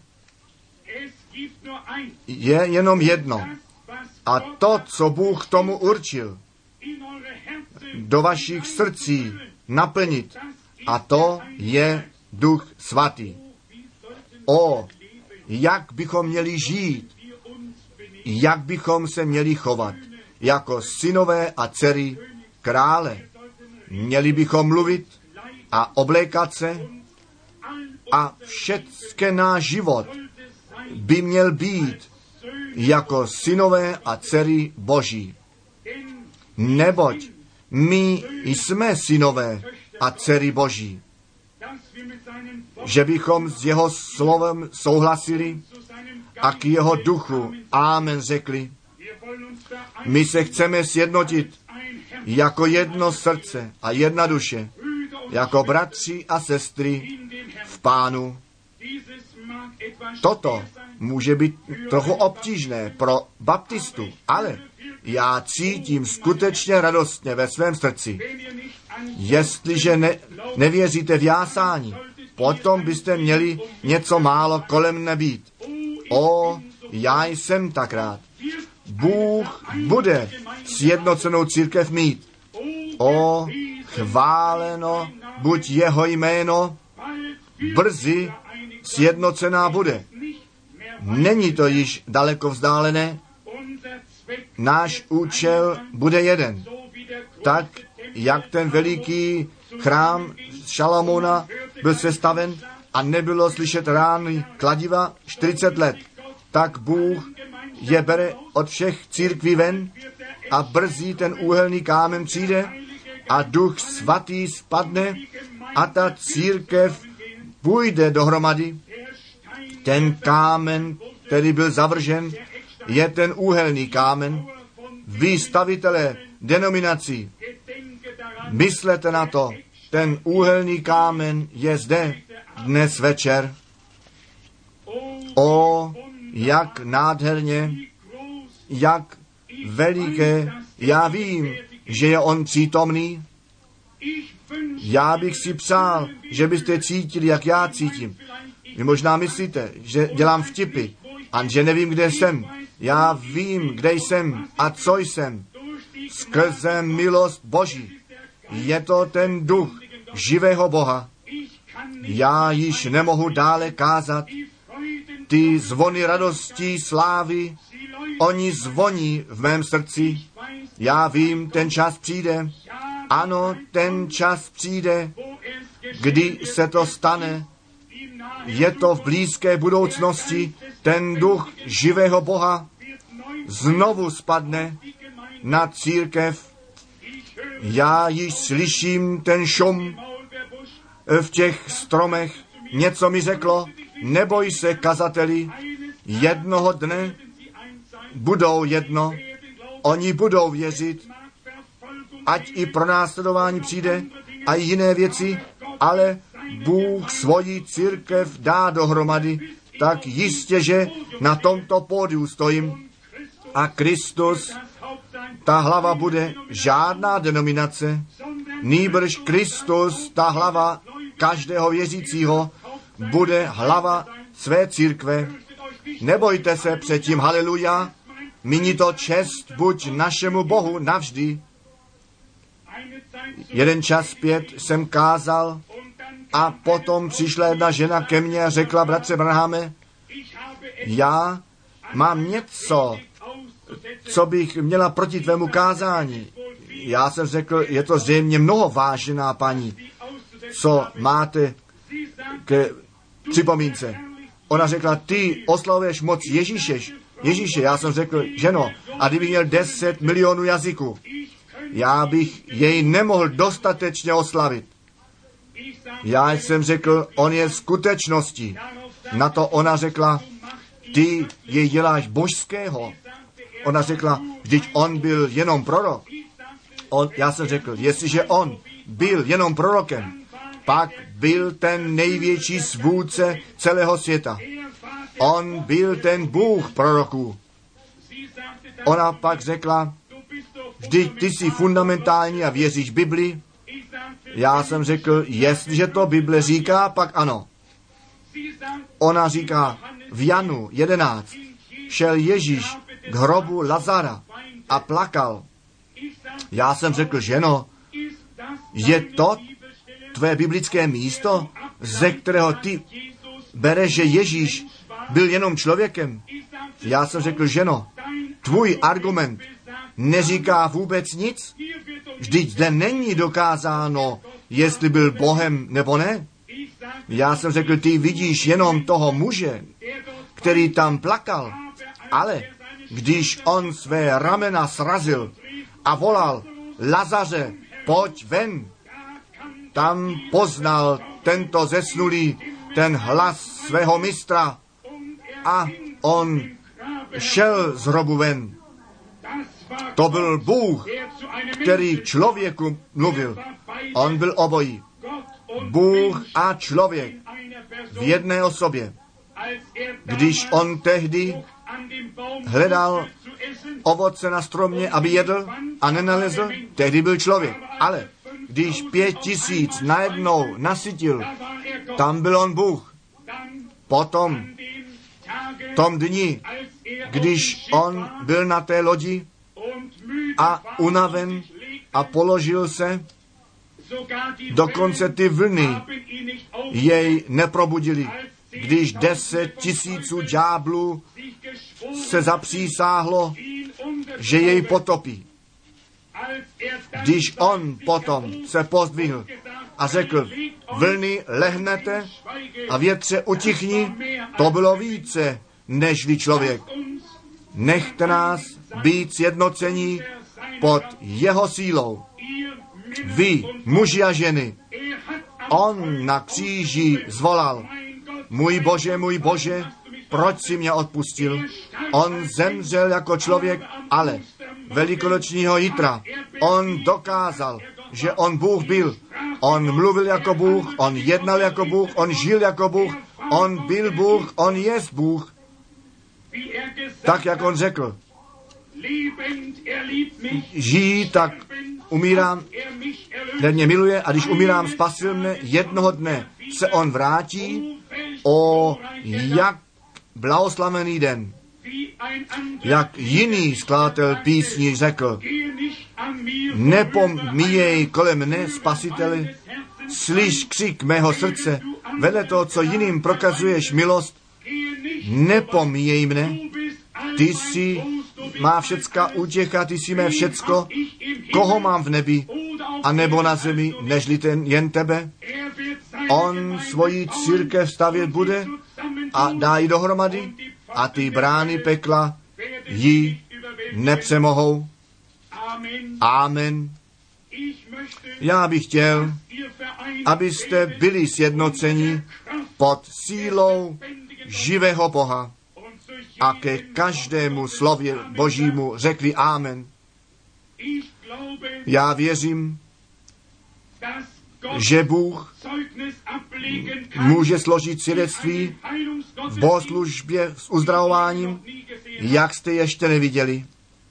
Je jenom jedno. A to, co Bůh tomu určil, do vašich srdcí naplnit, a to je Duch Svatý. O, jak bychom měli žít, jak bychom se měli chovat, jako synové a dcery krále. Měli bychom mluvit a oblékat se a všechny náš život by měl být jako synové a dcery Boží. Neboť my jsme synové a dcery Boží. Že bychom s jeho slovem souhlasili a k jeho duchu amen řekli. My se chceme sjednotit jako jedno srdce a jedna duše, jako bratři a sestry v Pánu. Toto může být trochu obtížné pro baptistu, ale já cítím skutečně radostně ve svém srdci. Jestliže ne, nevěříte v jásání, potom byste měli něco málo kolem mne být. O, já jsem tak rád. Bůh bude sjednocenou církev mít. O, chváleno buď jeho jméno, brzy sjednocená bude. Není to již daleko vzdálené. Náš účel bude jeden. Tak, jak ten veliký chrám Šalamóna byl sestaven a nebylo slyšet rány kladiva čtyřicet let, tak Bůh je bere od všech církví ven a brzy ten úhelný kámen přijde a Duch Svatý spadne a ta církev půjde dohromady. Ten kámen, který byl zavržen je ten úhelný kámen. Vy stavitelé denominací, myslete na to, ten úhelný kámen je zde dnes večer. O, jak nádherně, jak veliké, já vím, že je on přítomný. Já bych si přál, že byste cítili, jak já cítím. Vy možná myslíte, že dělám vtipy a že nevím, kde jsem. Já vím, kde jsem a co jsem. Skrze milost Boží. Je to ten duch živého Boha. Já již nemohu dále kázat. Ty zvony radosti, slávy, oni zvoní v mém srdci. Já vím, ten čas přijde. Ano, ten čas přijde, kdy se to stane. Je to v blízké budoucnosti. Ten duch živého Boha znovu spadne na církev. Já již slyším ten šum v těch stromech. Něco mi řeklo, neboj se, kazateli, jednoho dne budou jedno. Oni budou věřit, ať i pronásledování přijde a jiné věci, ale Bůh svoji církev dá dohromady, tak jistě, že na tomto pódiu stojím a Kristus, ta hlava bude žádná denominace, nýbrž Kristus, ta hlava každého věřícího, bude hlava své církve. Nebojte se předtím, haleluja, nyní to čest buď našemu Bohu navždy. Jeden čas pět jsem kázal a potom přišla jedna žena ke mně a řekla, bratře Branhame, já mám něco, co bych měla proti tvému kázání. Já jsem řekl, je to zřejmě mnoho, vážená paní, co máte k připomínce. Ona řekla, ty oslavuješ moc Ježíše. Ježíše, já jsem řekl, ženo, a kdybych měl deset milionů jazyků, já bych jej nemohl dostatečně oslavit. Já jsem řekl, on je skutečností. Na to ona řekla, ty jej děláš božského. Ona řekla, vždyť on byl jenom prorok. On, já jsem řekl, jestliže on byl jenom prorokem, pak byl ten největší svůdce celého světa. On byl ten Bůh proroků. Ona pak řekla, vždyť ty jsi fundamentální a věříš Bibli. Já jsem řekl, jestliže to Bible říká, pak ano. Ona říká, v Janu jedenáct šel Ježíš k hrobu Lazara a plakal. Já jsem řekl, ženo, je to tvé biblické místo, ze kterého ty bereš, že Ježíš byl jenom člověkem? Já jsem řekl, ženo, tvůj argument neříká vůbec nic? Vždyť zde není dokázáno, jestli byl Bohem nebo ne. Já jsem řekl, ty vidíš jenom toho muže, který tam plakal, ale když on své ramena srazil a volal, Lazaře, pojď ven, tam poznal tento zesnulý ten hlas svého mistra a on šel z hrobu ven. To byl Bůh, který člověku mluvil. On byl obojí. Bůh a člověk v jedné osobě. Když on tehdy hledal ovoce na stromě, aby jedl a nenalezl, tehdy byl člověk. Ale když pět tisíc najednou nasytil, tam byl on Bůh. Potom, v tom dni, když on byl na té lodi a unaven a položil se, dokonce ty vlny jej neprobudili. Když deset tisíců ďáblů se zapřísáhlo, že jej potopí. Když on potom se pozdvihl a řekl, vlny lehnete a větře utichni, to bylo více, nežli člověk. Nechte nás být sjednocení pod jeho sílou. Vy, muži a ženy, on na kříži zvolal, můj Bože, můj Bože, proč si mě odpustil. On zemřel jako člověk, ale velikonočního jitra on dokázal, že on Bůh byl. On mluvil jako Bůh, on jednal jako Bůh, on žil jako Bůh, on byl Bůh, on jest Bůh. Tak, jak on řekl, žijí, tak umírám, ten mě miluje a když umírám, spasil mne, jednoho dne se on vrátí. O, jak blahoslavený den. Jak jiný skladatel písní řekl, nepomíjej kolem mne, spasiteli, slyš křik mého srdce, vedle toho, co jiným prokazuješ milost, nepomíjej mne, ty jsi má všecká útěcha, ty jsi mé všecko, koho mám v nebi, a nebo na zemi, nežli ten jen tebe. On svoji církev stavět bude a dá ji dohromady a ty brány pekla ji nepřemohou. Amen. Já bych chtěl, abyste byli sjednoceni pod sílou živého Boha a ke každému slově Božímu řekli amen. Já věřím, že Bůh může složit svědectví v bohoslužbě s uzdravováním, jak jste ještě neviděli.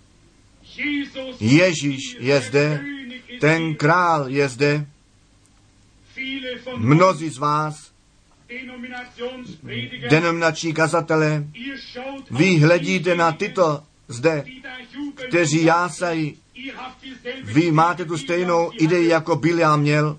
Ježíš je zde, ten král je zde. Mnozí z vás, denominační kazatelé, vy hledíte na tyto zde, kteří jásají. Vy máte tu stejnou idei, jako Biliam měl.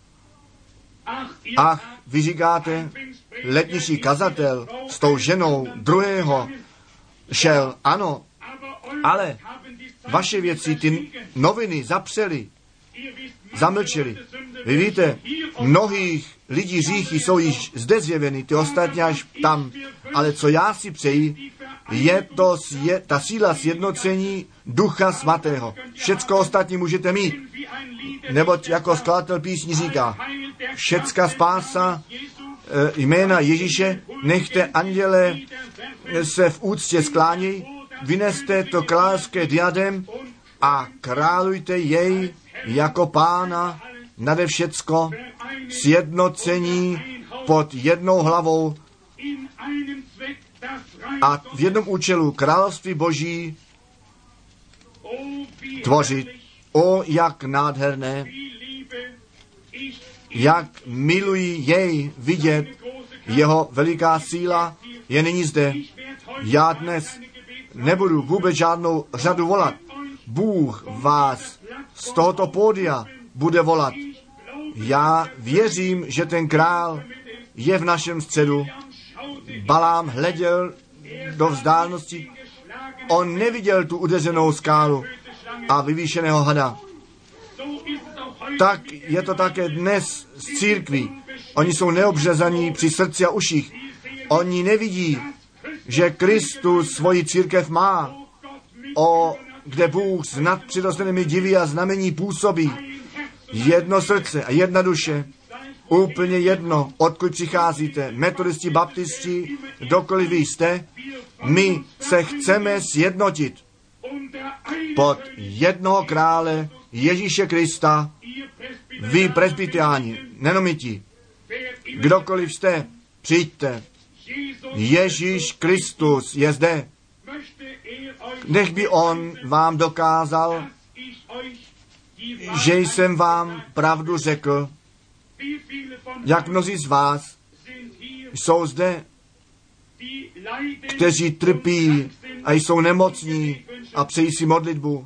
Ach, vy říkáte, letnější kazatel s tou ženou druhého šel, ano, ale vaše věci, ty noviny zapřeli, zamlčeli. Vy víte, mnohých lidí hříchy jsou již zde zjeveny, ty ostatní až tam, ale co já si přeji, je to je ta síla sjednocení Ducha Svatého. Všecko ostatní můžete mít, neboť jako skladatel písní říká, všecká spása e, jména Ježíše, nechte anděle se v úctě skláněj, vyneste to královské diadem a králujte jej jako pána nade všecko, sjednocení pod jednou hlavou a v jednom účelu království Boží tvořit. O, jak nádherné, jak miluji jej vidět, jeho veliká síla je nyní zde. Já dnes nebudu vůbec žádnou řadu volat. Bůh vás z tohoto pódia bude volat. Já věřím, že ten král je v našem středu. Balám hleděl do vzdálenosti. On neviděl tu udeřenou skálu a vyvýšeného hada. Tak je to také dnes z církví. Oni jsou neobřezaní při srdci a uších. Oni nevidí, že Kristus svoji církev má, o, kde Bůh s nadpřirozenými divy a znamení působí. Jedno srdce a jedna duše. Úplně jedno, odkud přicházíte, metodisti, baptisti, kdokoliv vy jste, my se chceme sjednotit pod jednoho krále Ježíše Krista. Vy presbytiáni, nenomiti, kdokoliv jste, přijďte. Ježíš Kristus je zde. Nech by on vám dokázal, že jsem vám pravdu řekl. Jak mnozí z vás jsou zde, kteří trpí a jsou nemocní a přejí si modlitbu.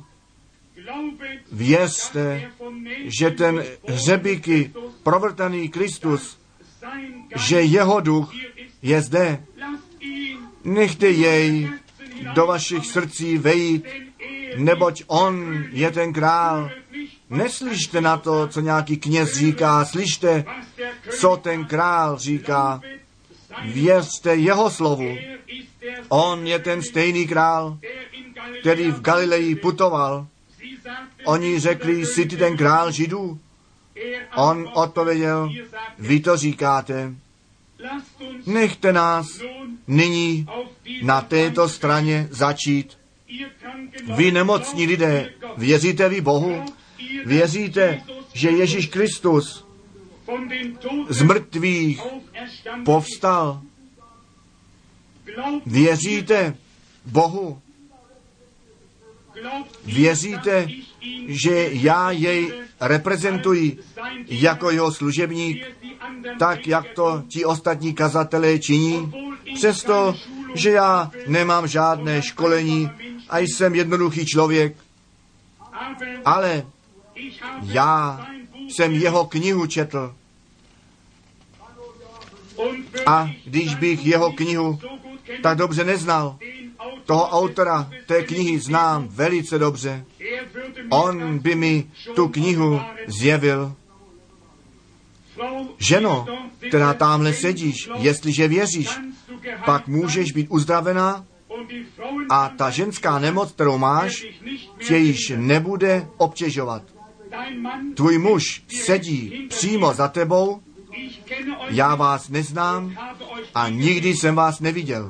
Věřte, že ten hřebíky provrtaný Kristus, že jeho duch je zde. Nechte jej do vašich srdcí vejít, neboť on je ten král. Neslyšte na to, co nějaký kněz říká, slyšte, co ten král říká. Věřte jeho slovu. On je ten stejný král, který v Galileji putoval. Oni řekli, jsi ty ten král Židů? On odpověděl, vy to říkáte. Nechte nás nyní na této straně začít. Vy nemocní lidé, věříte vy Bohu? Věříte, že Ježíš Kristus z mrtvých povstal? Věříte Bohu? Věříte, že já jej reprezentuji jako jeho služebník, tak jak to ti ostatní kazatelé činí? Přesto, že já nemám žádné školení a jsem jednoduchý člověk, ale já jsem jeho knihu četl. A když bych jeho knihu tak dobře neznal, toho autora té knihy znám velice dobře, on by mi tu knihu zjevil. Ženo, která tamhle sedíš, jestliže věříš, pak můžeš být uzdravená a ta ženská nemoc, kterou máš, tě již nebude obtěžovat. Tvůj muž sedí přímo za tebou, já vás neznám a nikdy jsem vás neviděl.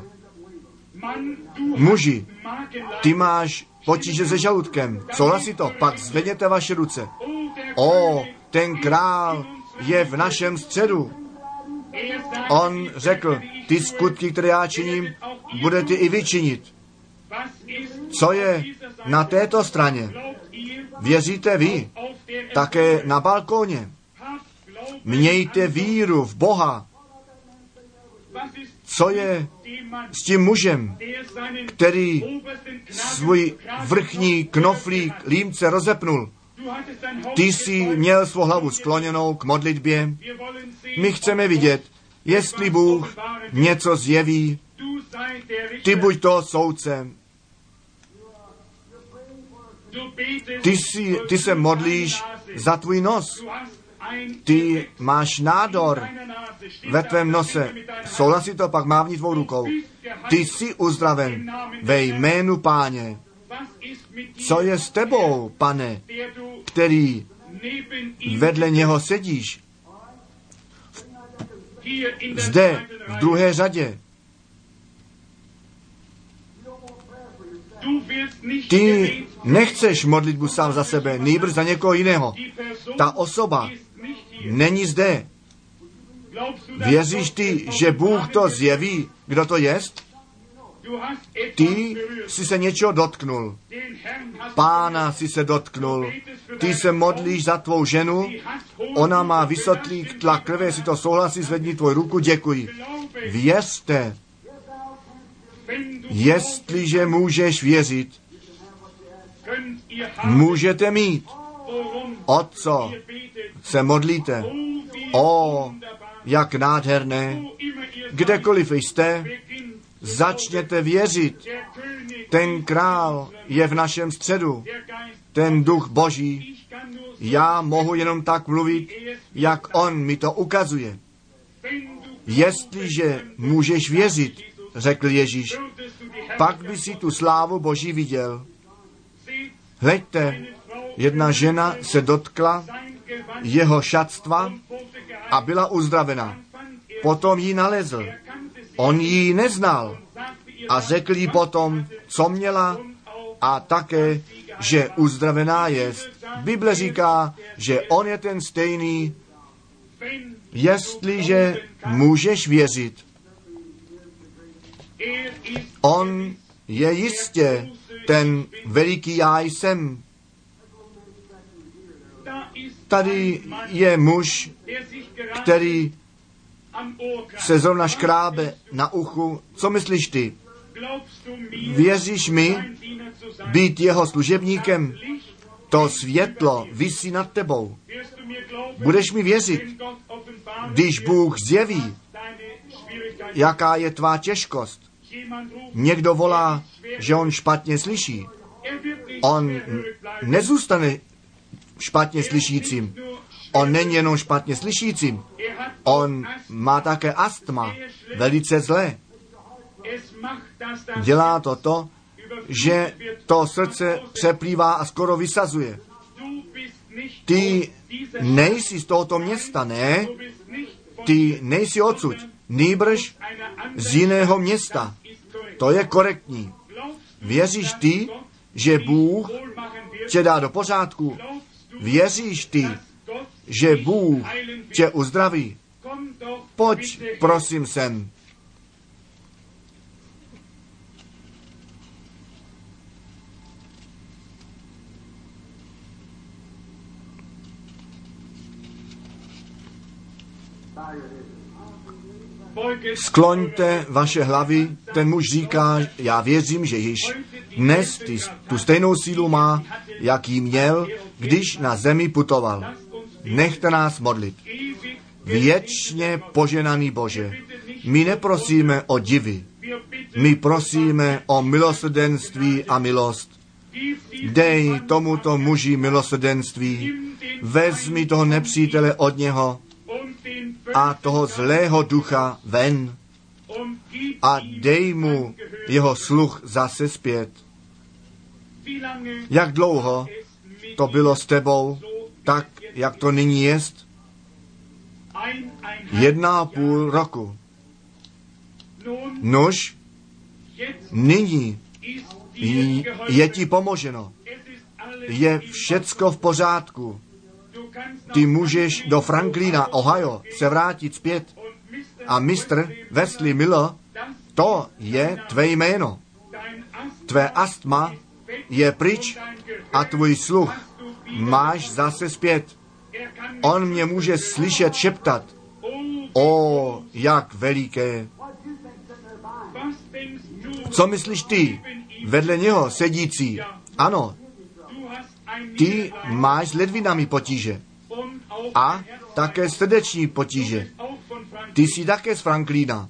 Muži, ty máš potíže se žaludkem, souhlasí to? Pak zvedněte vaše ruce. O, ten král je v našem středu. On řekl, ty skutky, které já činím, budete i vy činit. Co je na této straně? Věříte vy? Také na balkóně. Mějte víru v Boha. Co je s tím mužem, který svůj vrchní knoflík límce rozepnul? Ty jsi měl svou hlavu skloněnou k modlitbě. My chceme vidět, jestli Bůh něco zjeví. Ty buď to soudcem. Ty, si, ty se modlíš za tvůj nos. Ty máš nádor ve tvém nose. Souhlasí to, pak mávni tvou rukou. Ty jsi uzdraven ve jménu Páně. Co je s tebou, Pane, který vedle něho sedíš? Zde, v druhé řadě. Ty nechceš modlitbu sám za sebe, nýbrž za někoho jiného. Ta osoba není zde. Věříš ty, že Bůh to zjeví, kdo to jest? Ty jsi se něčeho dotknul. Pána jsi se dotknul. Ty se modlíš za tvou ženu, ona má vysotlý tlak krve, jestli to souhlasí, zvedni tvou ruku, děkuji. Věřte, jestliže můžeš věřit, můžete mít. O co se modlíte? O, jak nádherné. Kdekoliv jste, začněte věřit. Ten král je v našem středu. Ten duch Boží. Já mohu jenom tak mluvit, jak on mi to ukazuje. Jestliže můžeš věřit, řekl Ježíš, pak by si tu slávu Boží viděl. Hleďte, jedna žena se dotkla jeho šatstva a byla uzdravena. Potom ji nalezl. On ji neznal a řekl jí potom, co měla a také, že uzdravená jest. Bible říká, že on je ten stejný, jestliže můžeš věřit. On je jistě ten veliký já jsem. Tady je muž, který se zrovna škrábe na uchu. Co myslíš ty? Věříš mi být jeho služebníkem? To světlo visí nad tebou. Budeš mi věřit, když Bůh zjeví, jaká je tvá těžkost. Někdo volá, že on špatně slyší. On nezůstane špatně slyšícím. On není jenom špatně slyšícím. On má také astma. Velice zlé. Dělá to to, že to srdce přeplývá a skoro vysazuje. Ty nejsi z tohoto města, ne? Ty nejsi odsud. nýbrž z jiného města. To je korektní. Věříš ty, že Bůh tě dá do pořádku? Věříš ty, že Bůh tě uzdraví? Pojď, prosím, sem. Skloňte vaše hlavy, ten muž říká, já věřím, že již dnes ty, tu stejnou sílu má, jak ji měl, když na zemi putoval. Nechte nás modlit. Věčně poženaný Bože, my neprosíme o divy, my prosíme o milosrdenství a milost. Dej tomuto muži milosrdenství, vezmi toho nepřítele od něho a toho zlého ducha ven a dej mu jeho sluch zase zpět. Jak dlouho to bylo s tebou, tak jak to nyní jest? Jedna a půl roku. Nož, nyní je ti pomoženo. Je všecko v pořádku. Ty můžeš do Franklina, Ohio, se vrátit zpět. A mistr Wesley Miller, to je tvé jméno. Tvé astma je pryč a tvůj sluch máš zase zpět. On mě může slyšet šeptat. O, jak veliké. Co myslíš ty, vedle něho sedící? Ano, ty máš s ledvinami potíže. A také srdeční potíže. Ty jsi také z Franklína.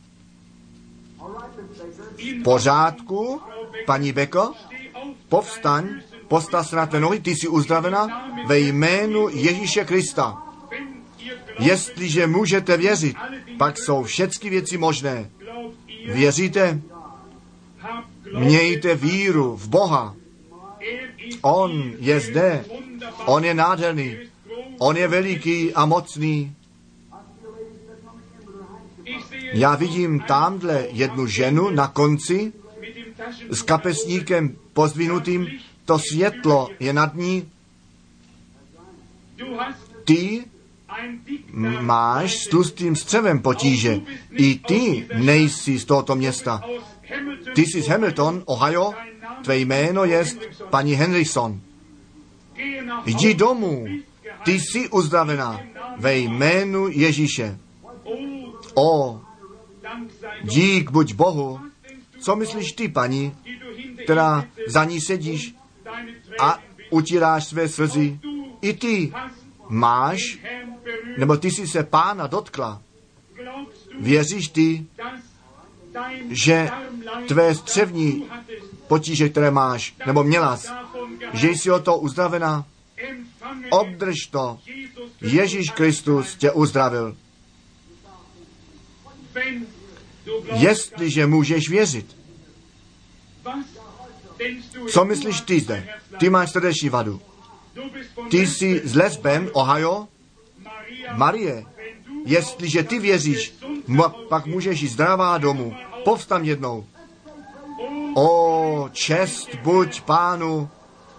V pořádku, paní Beko, povstaň, postav se na tvé nohy, ty jsi uzdravena ve jménu Ježíše Krista. Jestliže můžete věřit, pak jsou všechny věci možné. Věříte? Mějte víru v Boha. On je zde. On je nádherný. On je veliký a mocný. Já vidím tamhle jednu ženu na konci s kapesníkem pozdvinutým. To světlo je nad ní. Ty máš s tlustým střevem potíže. I ty nejsi z tohoto města. Ty jsi z Hamilton, Ohio. Tvé jméno je paní Henryson. Jdi domů. Ty jsi uzdravená ve jménu Ježíše. O, dík buď Bohu. Co myslíš ty, paní, která za ní sedíš a utíráš své slzy? I ty máš, nebo ty jsi se Pána dotkla. Věříš ty, že tvé střevní potíže, které máš, nebo měla, že jsi o to uzdravená? Obdrž to. Ježíš Kristus tě uzdravil. Jestliže můžeš věřit. Co myslíš ty zde? Ty máš srdeční vadu. Ty jsi z Lesben, Ohio? Marie, jestliže ty věříš, pak můžeš jít zdravá domů. Povstaň jednou. O, čest buď Pánu.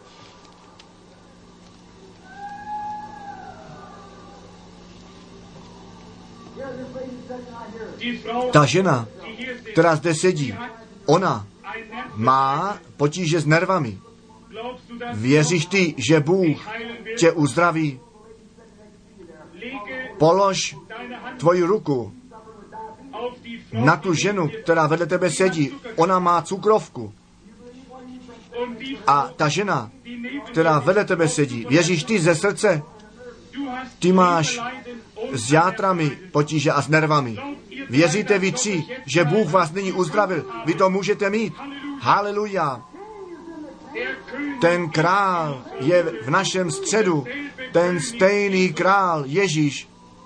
Ta žena, která zde sedí, ona má potíže s nervami. Věříš ty, že Bůh tě uzdraví? Polož tvoji ruku na tu ženu, která vedle tebe sedí. Ona má cukrovku. A ta žena, která vedle tebe sedí, věříš ty ze srdce? Ty máš s játrami potíže a s nervami. Věříte vy tři, že Bůh vás nyní uzdravil? Vy to můžete mít. Haleluja. Ten král je v našem středu. Ten stejný král Ježíš.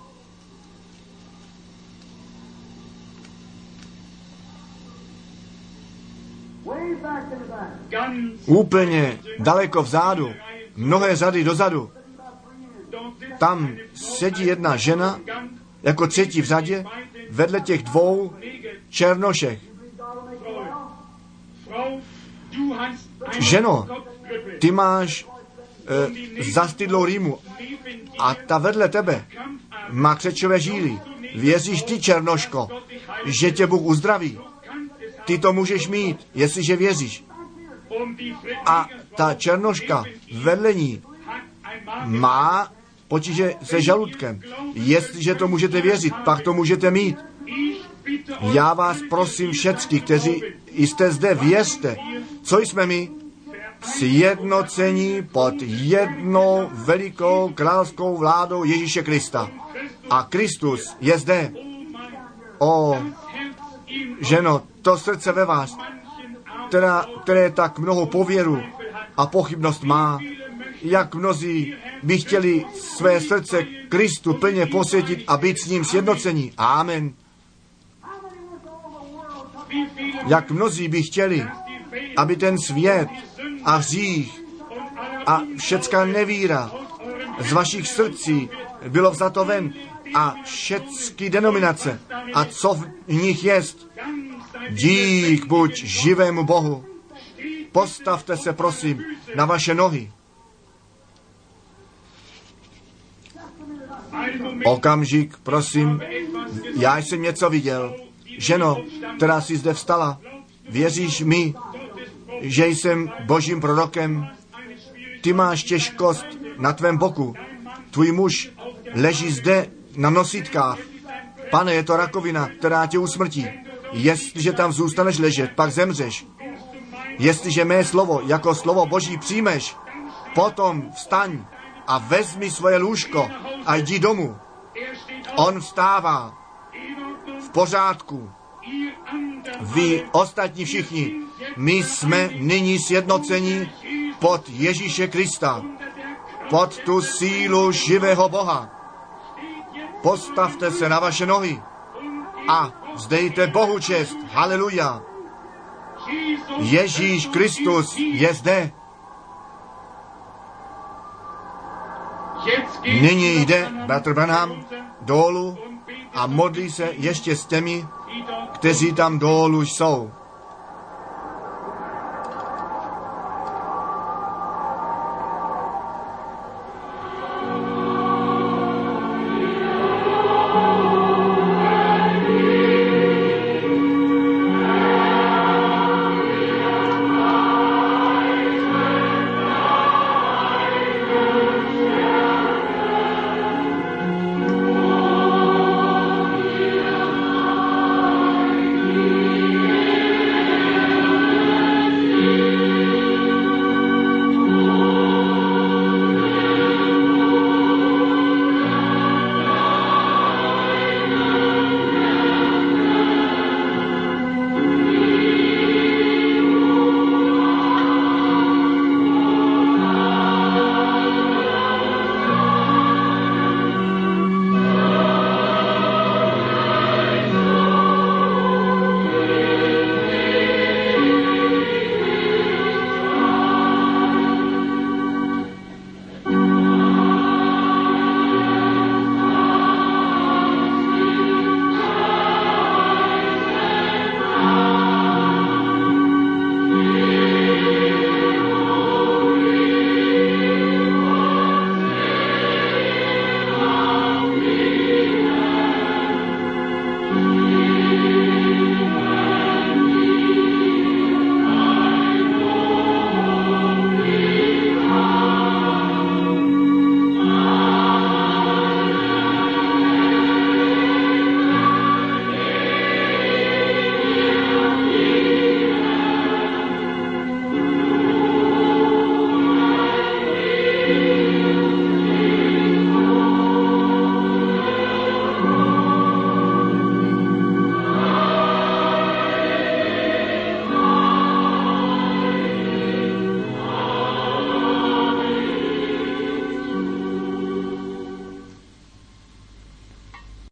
Úplně daleko vzadu, mnohé řady dozadu. Tam sedí jedna žena, jako třetí v řadě. vedle těch dvou černošek. Ženo, ty máš e, zastydlou rýmu a ta vedle tebe má křečové žíly. Věříš ty, černoško, že tě Bůh uzdraví? Ty to můžeš mít, jestliže věříš. A ta černoška vedle ní má potíže se žaludkem. Jestliže to můžete věřit, pak to můžete mít. Já vás prosím všecky, kteří jste zde, věřte, co jsme my? Sjednocení pod jednou velikou královskou vládou Ježíše Krista. A Kristus je zde. O, ženo, to srdce ve vás, která, které tak mnoho pověru a pochybnost má, jak mnozí by chtěli své srdce Kristu plně posvětit a být s ním sjednocení. Amen. Jak mnozí by chtěli, aby ten svět a hřích a všecká nevíra z vašich srdcí bylo vzato ven a všecky denominace a co v nich jest. Dík buď živému Bohu. Postavte se, prosím, na vaše nohy. Okamžik, prosím, já jsem něco viděl. Ženo, která jsi zde vstala, věříš mi, že jsem Božím prorokem? Ty máš těžkost na tvém boku. Tvůj muž leží zde na nosítkách. Pane, je to rakovina, která tě usmrtí. Jestliže tam zůstaneš ležet, pak zemřeš. Jestliže mé slovo jako slovo Boží přijmeš, potom vstaň a vezmi svoje lůžko a jdi domů. On vstává. V pořádku. Vy ostatní všichni, my jsme nyní sjednoceni pod Ježíše Krista, pod tu sílu živého Boha. Postavte se na vaše nohy a vzdejte Bohu čest. Haleluja. Ježíš Kristus je zde. Nyní jde bratr Branham dolů a modlí se ještě s těmi, kteří tam dolů jsou. Thank you.